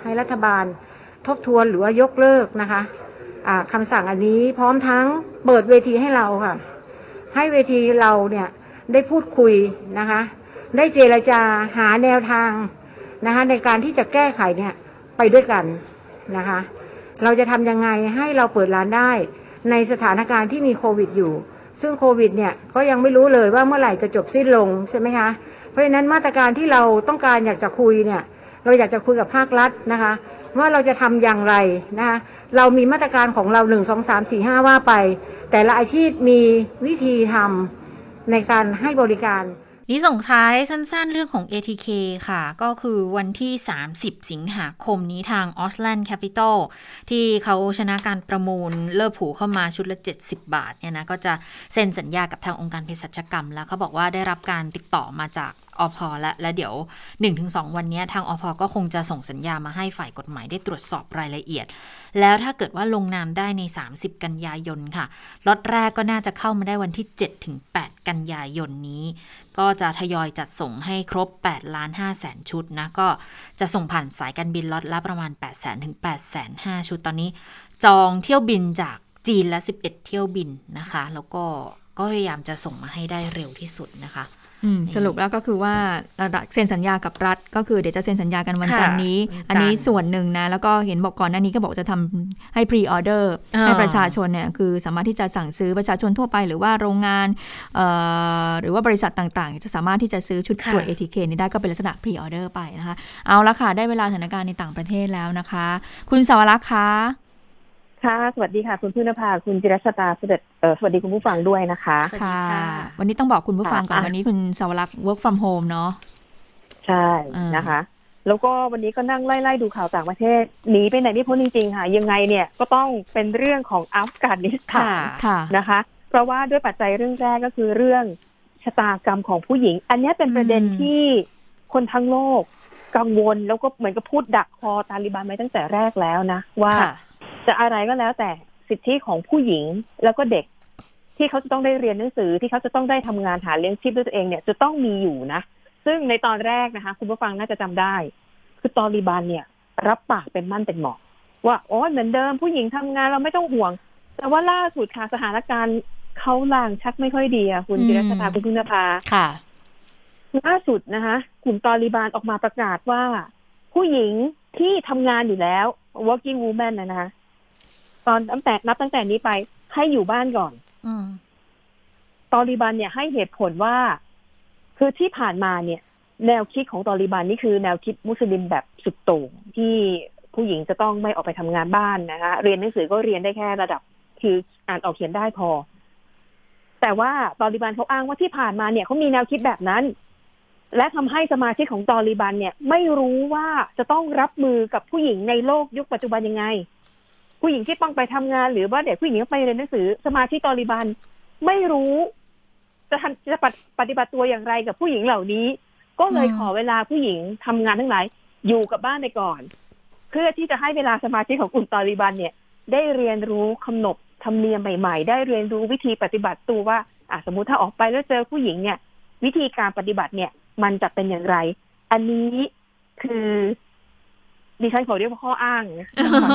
ให้รัฐบาลทบทวนหรือว่ายกเลิกนะคะคำสั่งอันนี้พร้อมทั้งเปิดเวทีให้เราค่ะให้เวทีเราเนี่ยได้พูดคุยนะคะได้เจรจาหาแนวทางนะคะในการที่จะแก้ไขเนี่ยไปด้วยกันนะคะเราจะทำยังไงให้เราเปิดร้านได้ในสถานการณ์ที่มีโควิดอยู่ซึ่งโควิดเนี่ยก็ยังไม่รู้เลยว่าเมื่อไหร่จะจบสิ้นลงใช่ไหมคะเพราะฉะนั้นมาตรการที่เราต้องการอยากจะคุยเนี่ยเราอยากจะคุยกับภาครัฐนะคะว่าเราจะทำอย่างไรนะคะเรามีมาตรการของเรา1 2 3 4 5ว่าไปแต่ละอาชีพมีวิธีทำในการให้บริการนี่ส่งท้ายสั้นๆเรื่องของ ATK ค่ะก็คือวันที่30สิงหาคมนี้ทาง Auslan Capital ที่เขาชนะการประมูลเลิศผูเข้ามาชุดละ70 บาทเนี่ยนะก็จะเซ็นสัญญากับทางองค์การเภสัชกรรมแล้วเขาบอกว่าได้รับการติดต่อมาจากอภ.และเดี๋ยว 1-2 วันนี้ทางอภ.ก็คงจะส่งสัญญามาให้ฝ่ายกฎหมายได้ตรวจสอบรายละเอียดแล้วถ้าเกิดว่าลงนามได้ใน30กันยายนค่ะล็อตแรกก็น่าจะเข้ามาได้วันที่ 7-8 กันยายนนี้ก็จะทยอยจัดส่งให้ครบ 8,500,000 ชุดนะก็จะส่งผ่านสายการบินล็อตละประมาณ 800,000 ถึง 850,000 ชุดตอนนี้จองเที่ยวบินจากจีนและ11เที่ยวบินนะคะแล้วก็พยายามจะส่งมาให้ได้เร็วที่สุดนะคะสรุปแล้วก็คือว่าเซ็นสัญญากับรัฐก็คือเดี๋ยวจะเซ็นสัญญากันวันจันทร์นี้อันนี้ส่วนหนึ่งนะแล้วก็เห็นบอกก่อนหน้านี้ก็บอกจะทำให้พรีออเดอร์ให้ประชาชนเนี่ยคือสามารถที่จะสั่งซื้อประชาชนทั่วไปหรือว่าโรงงานหรือว่าบริษัทต่างๆจะสามารถที่จะซื้อชุดตรวจ ATK นี้ได้ก็เป็นลักษณะพรีออเดอร์ไปนะคะเอาละค่ะได้เวลาสถานการณ์ในต่างประเทศแล้วนะคะคุณสาวรักษ์คะค่ะสวัสดีค่ะคุณพึ่งนภาคุณจิรชตาสวัสดีคุณผู้ฟังด้วยนะคะค่ะวันนี้ต้องบอกคุณผู้ฟังก่อนวันนี้คุณสาวรักษ์ work from home เนาะใช่นะคะแล้วก็วันนี้ก็นั่งไล่ดูข่าวต่างประเทศหนีไปไหนไม่พ้นจริงๆค่ะยังไงเนี่ยก็ต้องเป็นเรื่องของอัฟกานิสถานนะคะเพราะว่าด้วยปัจจัยเรื่องแรกก็คือเรื่องชะตากรรมของผู้หญิงอันนี้เป็นประเด็นที่คนทั้งโลกกังวลแล้วก็เหมือนกับพูดดักคอตาลิบันมาตั้งแต่แรกแล้วนะว่าจะอะไรก็แล้วแต่สิทธิของผู้หญิงแล้วก็เด็กที่เขาจะต้องได้เรียนหนังสือที่เขาจะต้องได้ทำงานหาเลี้ยงชีพด้วยตัวเองเนี่ยจะต้องมีอยู่นะซึ่งในตอนแรกนะคะคุณผู้ฟังน่าจะจำได้คือตอลิบันเนี่ยรับปากเป็นมั่นเป็นเหมาะว่าโอ้เหมือนเดิมผู้หญิงทำงานเราไม่ต้องห่วงแต่ว่าล่าสุดค่ะสถานการณ์เขาลางชักไม่ค่อยดีคุณจิรชตาคุณพึ่งนภาค่ะล่าสุดนะคะกลุ่มตอลิบันออกมาประกาศว่าผู้หญิงที่ทำงานอยู่แล้ว working woman นะคะตอนนับตั้งแต่นี้ไปให้อยู่บ้านก่อนตอลิบันเนี่ยให้เหตุผลว่าคือที่ผ่านมาเนี่ยแนวคิดของตอลิบันนี่คือแนวคิดมุสลิมแบบสุดโต่งที่ผู้หญิงจะต้องไม่ออกไปทำงานบ้านนะคะเรียนหนังสือก็เรียนได้แค่ระดับคืออ่านออกเขียนได้พอแต่ว่าตอลิบันเขาอ้างว่าที่ผ่านมาเนี่ยเขามีแนวคิดแบบนั้นและทำให้สมาชิกของตอลิบันเนี่ยไม่รู้ว่าจะต้องรับมือกับผู้หญิงในโลกยุคปัจจุบันยังไงผู้หญิงที่ต้องไปทำงานหรือว่าเด็กผู้หญิงที่ไปเรียนหนังสือสมาชิกตอลิบันไม่รู้จะปฏิบัติตัวอย่างไรกับผู้หญิงเหล่านี้ก็เลยขอเวลาผู้หญิงทำงานทั้งหลายอยู่กับบ้านไปก่อนเพื่อที่จะให้เวลาสมาชิกของกลุ่มตอลิบันเนี่ยได้เรียนรู้ขนบธรรมเนียมใหม่ๆได้เรียนรู้วิธีปฏิบัติตัวว่าสมมุติถ้าออกไปแล้วเจอผู้หญิงเนี่ยวิธีการปฏิบัติเนี่ยมันจะเป็นอย่างไรอันนี้คือดิฉันขอเรียกว่าข้ออ้างนะ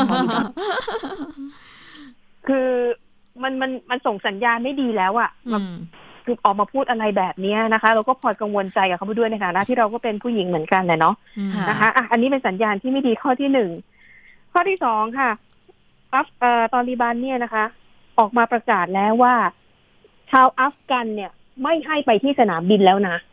คือมันส่งสัญญาณไม่ดีแล้วอ่ะคือออกมาพูดอะไรแบบนี้นะคะเราก็พอกังวลใจกับเขาไปด้วยในฐานะที่เราก็เป็นผู้หญิงเหมือนกันเนาะนะคะอันนี้เป็นสัญญาณที่ไม่ดีข้อที่ 1ข้อที่ 2ค่ะตอลิบันเนี่ยนะคะออกมาประกาศแล้วว่าชาวอัฟกันเนี่ยไม่ให้ไปที่สนามบินแล้วนะ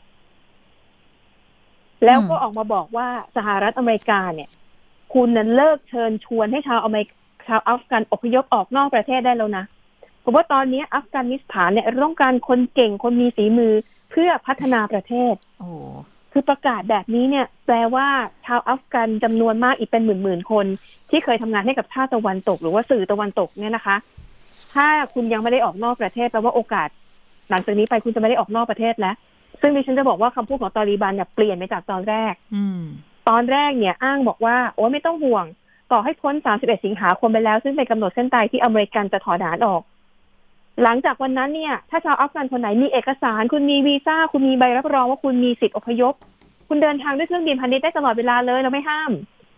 แล้วก็ออกมาบอกว่าสหรัฐอเมริกาเนี่ยคุณนั้นเลิกเชิญชวนให้ชาวอัฟกันอพยพออกนอกประเทศได้แล้วนะเพราะว่าตอนนี้อัฟกานิสถานเนี่ยต้องการคนเก่งคนมีฝีมือเพื่อพัฒนาประเทศคือประกาศแบบนี้เนี่ยแปลว่าชาวอัฟกันจำนวนมากอีกเป็นหมื่นคนที่เคยทำงานให้กับชาติตะวันตกหรือว่าสื่อตะวันตกเนี่ยนะคะถ้าคุณยังไม่ได้ออกนอกประเทศแปลว่าโอกาสหลังจากนี้ไปคุณจะไม่ได้ออกนอกประเทศแล้วซึ่งดิฉันจะบอกว่าคำพูดของตอลิบันเนี่ยเปลี่ยนไปจากตอนแรกตอนแรกเนี่ยอ้างบอกว่าโอ้ไม่ต้องห่วงต่อให้พ้น31สิงหาคมไปแล้วซึ่งเป็นกำหนดเส้นตายที่อเมริกันจะถอนทหารออกหลังจากวันนั้นเนี่ยถ้าชาวอัฟกันคนไหนมีเอกสารคุณมีวีซ่าคุณมีใบรับรองว่าคุณมีสิทธิอพยพคุณเดินทางด้วยเครื่องบินพาณิชย์ได้ตลอดเวลาเลยเราไม่ห้าม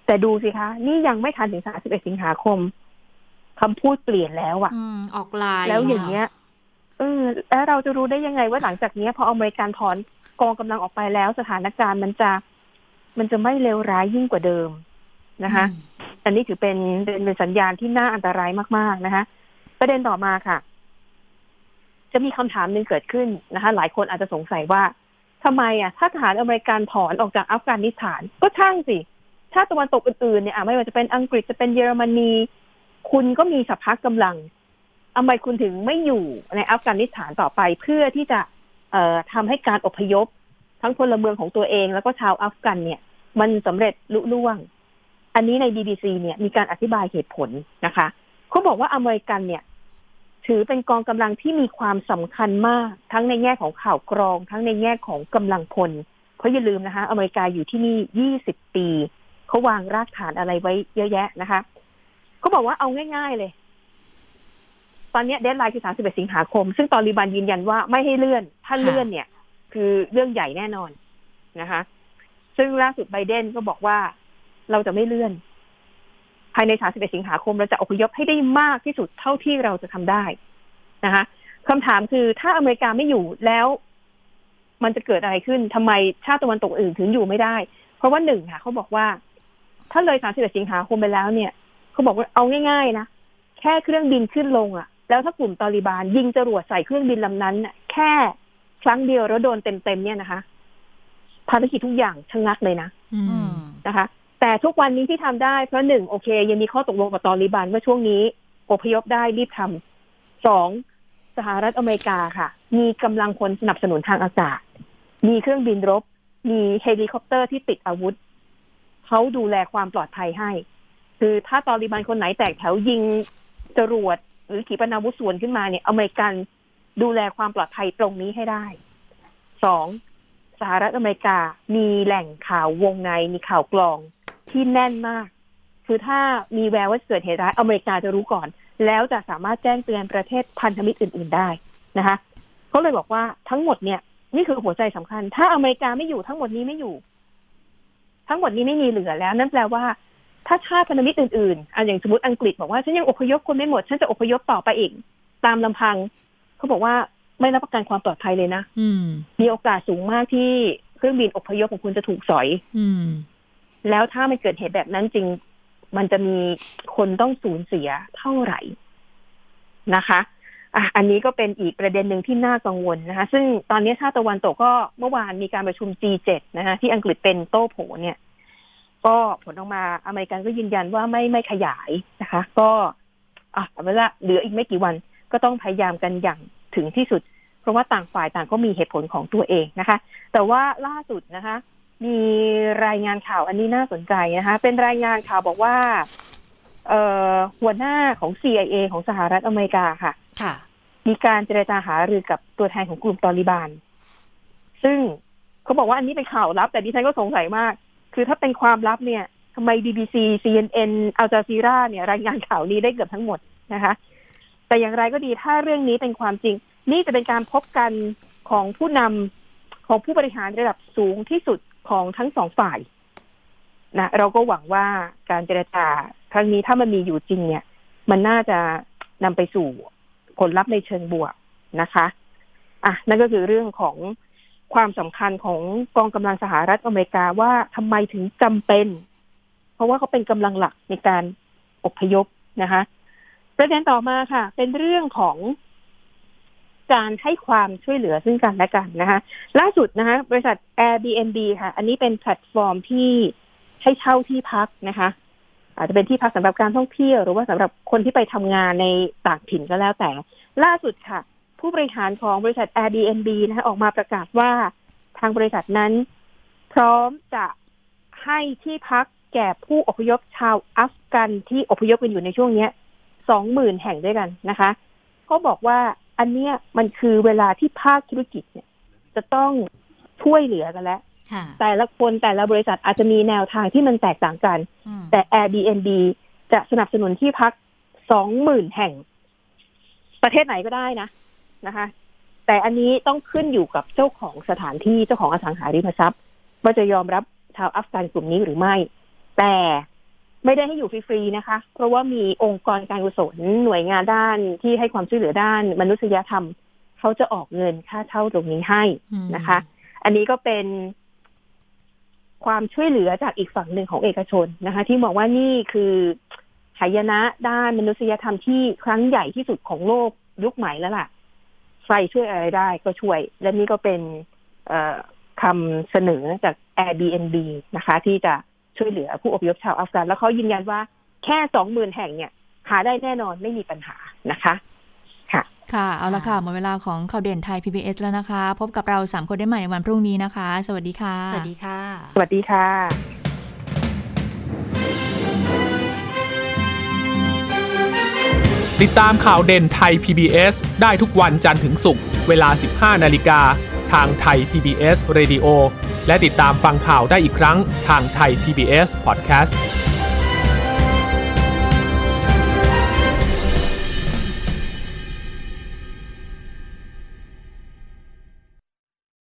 แต่ดูสิคะนี่ยังไม่ทันถึง31 สิงหาคมคำพูดเปลี่ยนแล้วอ่ะออกลายแล้วอย่างเงี้ยแล้วเราจะรู้ได้ยังไงว่าหลังจากนี้พออเมริกันถอนกองกำลังออกไปแล้วสถานการณ์มันจะไม่เลวร้ายยิ่งกว่าเดิมนะคะอันนี้ถือเป็นสัญญาณที่น่าอันตรายมากๆนะคะประเด็นต่อมาค่ะจะมีคำถามนึงเกิดขึ้นนะคะหลายคนอาจจะสงสัยว่าทำไมถ้าทหารอเมริกันถอนออกจากอัฟกานิสถานก็ช่างสิชาติตะวันตกอื่นๆเนี่ยไม่ว่าจะเป็นอังกฤษจะเป็นเยอรมนีคุณก็มีสภาพกำลังทำไมคุณถึงไม่อยู่ในอัฟกานิสถานต่อไปเพื่อที่จะทำให้การอพยพทั้งพลเมืองของตัวเองแล้วก็ชาวอัฟกันเนี่ยมันสำเร็จลุล่วงอันนี้ใน BBC เนี่ยมีการอธิบายเหตุผลนะคะเขาบอกว่าอเมริกันเนี่ยถือเป็นกองกำลังที่มีความสำคัญมากทั้งในแง่ของข่าวกรองทั้งในแง่ของกำลังพลเพราะอย่าลืมนะคะอเมริกาอยู่ที่นี่20 ปีเขาวางรากฐานอะไรไว้เยอะแยะนะคะเขาบอกว่าเอาง่ายๆเลยตอนนี้เดดไลน์คือ31 สิงหาคมซึ่งตอลิบันยืนยันว่าไม่ให้เลื่อนถ้าเลื่อนเนี่ยคือเรื่องใหญ่แน่นอนนะคะซึ่งล่าสุดไบเดนก็บอกว่าเราจะไม่เลื่อนภายใน31 สิงหาคมเราจะอพยพให้ได้มากที่สุดเท่าที่เราจะทำได้นะคะคำถามคือถ้าอเมริกาไม่อยู่แล้วมันจะเกิดอะไรขึ้นทำไมชาติตะวันตกอื่นถึงอยู่ไม่ได้เพราะว่าหนึ่งค่ะเขาบอกว่าถ้าเลย31 สิงหาคมไปแล้วเนี่ยเขาบอกว่าเอาง่ายๆนะแค่เครื่องบินขึ้นลงแล้วถ้ากลุ่มตอลิบานยิงจรวดใส่เครื่องบินลำนั้นแค่ครั้งเดียวแล้วโดนเต็มๆเนี่ยนะคะภารกิจทุกอย่างชะงักเลยนะนะคะแต่ทุกวันนี้ที่ทำได้เพราะหนึ่งโอเคยังมีข้อตกลงกับตอลิบันว่าช่วงนี้อพยพได้รีบทำสองสหรัฐอเมริกาค่ะมีกำลังพลสนับสนุนทางอากาศมีเครื่องบินรบมีเฮลิคอปเตอร์ที่ติดอาวุธเขาดูแลความปลอดภัยให้คือถ้าตอลิบันคนไหนแตกแถวยิงจรวดหรือขีปนาวุธส่วนขึ้นมาเนี่ยอเมริกันดูแลความปลอดภัยตรงนี้ให้ได้สองสหรัฐอเมริกามีแหล่งข่าววงในมีข่าวกรองที่แน่นมากคือถ้ามีแววว่าเกิดเหตุร้ายอเมริกาจะรู้ก่อนแล้วจะสามารถแจ้งเตือนประเทศพันธมิตรอื่นๆได้นะคะเขาเลยบอกว่าทั้งหมดเนี่ยนี่คือหัวใจสำคัญถ้าอเมริกาไม่อยู่ทั้งหมดนี้ไม่อยู่ทั้งหมดนี้ไม่มีเหลือแล้วนั่นแปลว่าถ้าชาติพันธมิตรอื่นๆอย่างสมมติอังกฤษบอกว่าฉันยังอพยพคนไม่หมดฉันจะอพยพต่อไปอีกตามลำพังเขาบอกว่าไม่รับประกันความปลอดภัยเลยนะมีโอกาสสูงมากที่เครื่องบินอพยพของคุณจะถูกสอยแล้วถ้ามันเกิดเหตุแบบนั้นจริงมันจะมีคนต้องสูญเสียเท่าไหร่นะคะอันนี้ก็เป็นอีกประเด็นหนึ่งที่น่ากังวลนะคะซึ่งตอนนี้ชาติตะวันตกก็เมื่อวานมีการประชุม G7 นะคะที่อังกฤษเป็นโต้โผเนี่ยก็ผลออกมาอเมริกันก็ยืนยันว่าไม่ขยายนะคะก็เวลาเหลืออีกไม่กี่วันก็ต้องพยายามกันอย่างถึงที่สุดเพราะว่าต่างฝ่ายต่างก็มีเหตุผลของตัวเองนะคะแต่ว่าล่าสุดนะคะมีรายงานข่าวอันนี้น่าสนใจนะคะเป็นรายงานข่าวบอกว่าหัวหน้าของ CIA ของสหรัฐอเมริกาค่ะมีการเจรจาหารือกับตัวแทนของกลุ่มตอลิบานซึ่งเขาบอกว่าอันนี้เป็นข่าวลับแต่ดิฉันก็สงสัยมากคือถ้าเป็นความลับเนี่ยทำไม BBC CNN อัลจาซีราเนี่ยรายงานข่าวนี้ได้เกือบทั้งหมดนะคะแต่อย่างไรก็ดีถ้าเรื่องนี้เป็นความจริงนี่จะเป็นการพบกันของผู้นำของผู้บริหารระดับสูงที่สุดของทั้งสองฝ่ายนะเราก็หวังว่าการเจรจาครั้งนี้ถ้ามันมีอยู่จริงเนี่ยมันน่าจะนำไปสู่ผลลัพธ์ในเชิงบวกนะคะนั่นก็คือเรื่องของความสำคัญของกองกำลังสหรัฐอเมริกาว่าทำไมถึงจำเป็นเพราะว่าเขาเป็นกำลังหลักในการอพยพนะคะประเด็นต่อมาค่ะเป็นเรื่องของการให้ความช่วยเหลือซึ่งกันและกันนะคะล่าสุดนะคะบริษัท Airbnb ค่ะอันนี้เป็นแพลตฟอร์มที่ให้เช่าที่พักนะคะอาจจะเป็นที่พักสำหรับการท่องเที่ยวหรือว่าสำหรับคนที่ไปทำงานในต่างถิ่นก็แล้วแต่ล่าสุดค่ะผู้บริหารของบริษัท Airbnb นะคะออกมาประกาศว่าทางบริษัทนั้นพร้อมจะให้ที่พักแก่ผู้อพยพชาวอัฟกันที่อพยพกันอยู่ในช่วงนี้ 20,000 แห่งด้วยกันนะคะเขาบอกว่าอันเนี้ยมันคือเวลาที่ภาคธุรกิจเนี่ยจะต้องช่วยเหลือกันแล้วแต่ละคนแต่ละบริษัทอาจจะมีแนวทางที่มันแตกต่างกันแต่ Airbnb จะสนับสนุนที่พัก 20,000 แห่งประเทศไหนก็ได้นะคะแต่อันนี้ต้องขึ้นอยู่กับเจ้าของสถานที่เจ้าของอสังหาริมทรัพย์ว่าจะยอมรับชาวอัฟกันกลุ่มนี้หรือไม่แต่ไม่ได้ให้อยู่ฟรีๆนะคะเพราะว่ามีองค์กรการกุศลหน่วยงานด้านที่ให้ความช่วยเหลือด้านมนุษยธรรมเขาจะออกเงินค่าเช่าตรงนี้ให้นะคะอันนี้ก็เป็นความช่วยเหลือจากอีกฝั่งหนึ่งของเอกชนนะคะที่บอกว่านี่คือหายนะด้านมนุษยธรรมที่ครั้งใหญ่ที่สุดของโลกยุคใหม่แล้วล่ะใครช่วยอะไรได้ก็ช่วยและนี่ก็เป็นคำเสนอจาก Airbnb นะคะที่จะช่วยเหลือผู้อพยพชาวอัฟกันแล้วเขายืนยันว่าแค่ 20,000 แห่งเนี่ยหาได้แน่นอนไม่มีปัญหานะคะค่ะเอาละค่ะหมดเวลาของข่าวเด่นไทย PBS แล้วนะคะพบกับเรา3คนได้ใหม่ในวันพรุ่งนี้นะคะสวัสดีค่ะสวัสดีค่ะสวัสดีค่ะติดตามข่าวเด่นไทย PBS ได้ทุกวันจันทร์ถึงศุกร์เวลา 15 นาฬิกาทางไทย PBS Radio และติดตามฟังข่าวได้อีกครั้งทางไทย PBS Podcast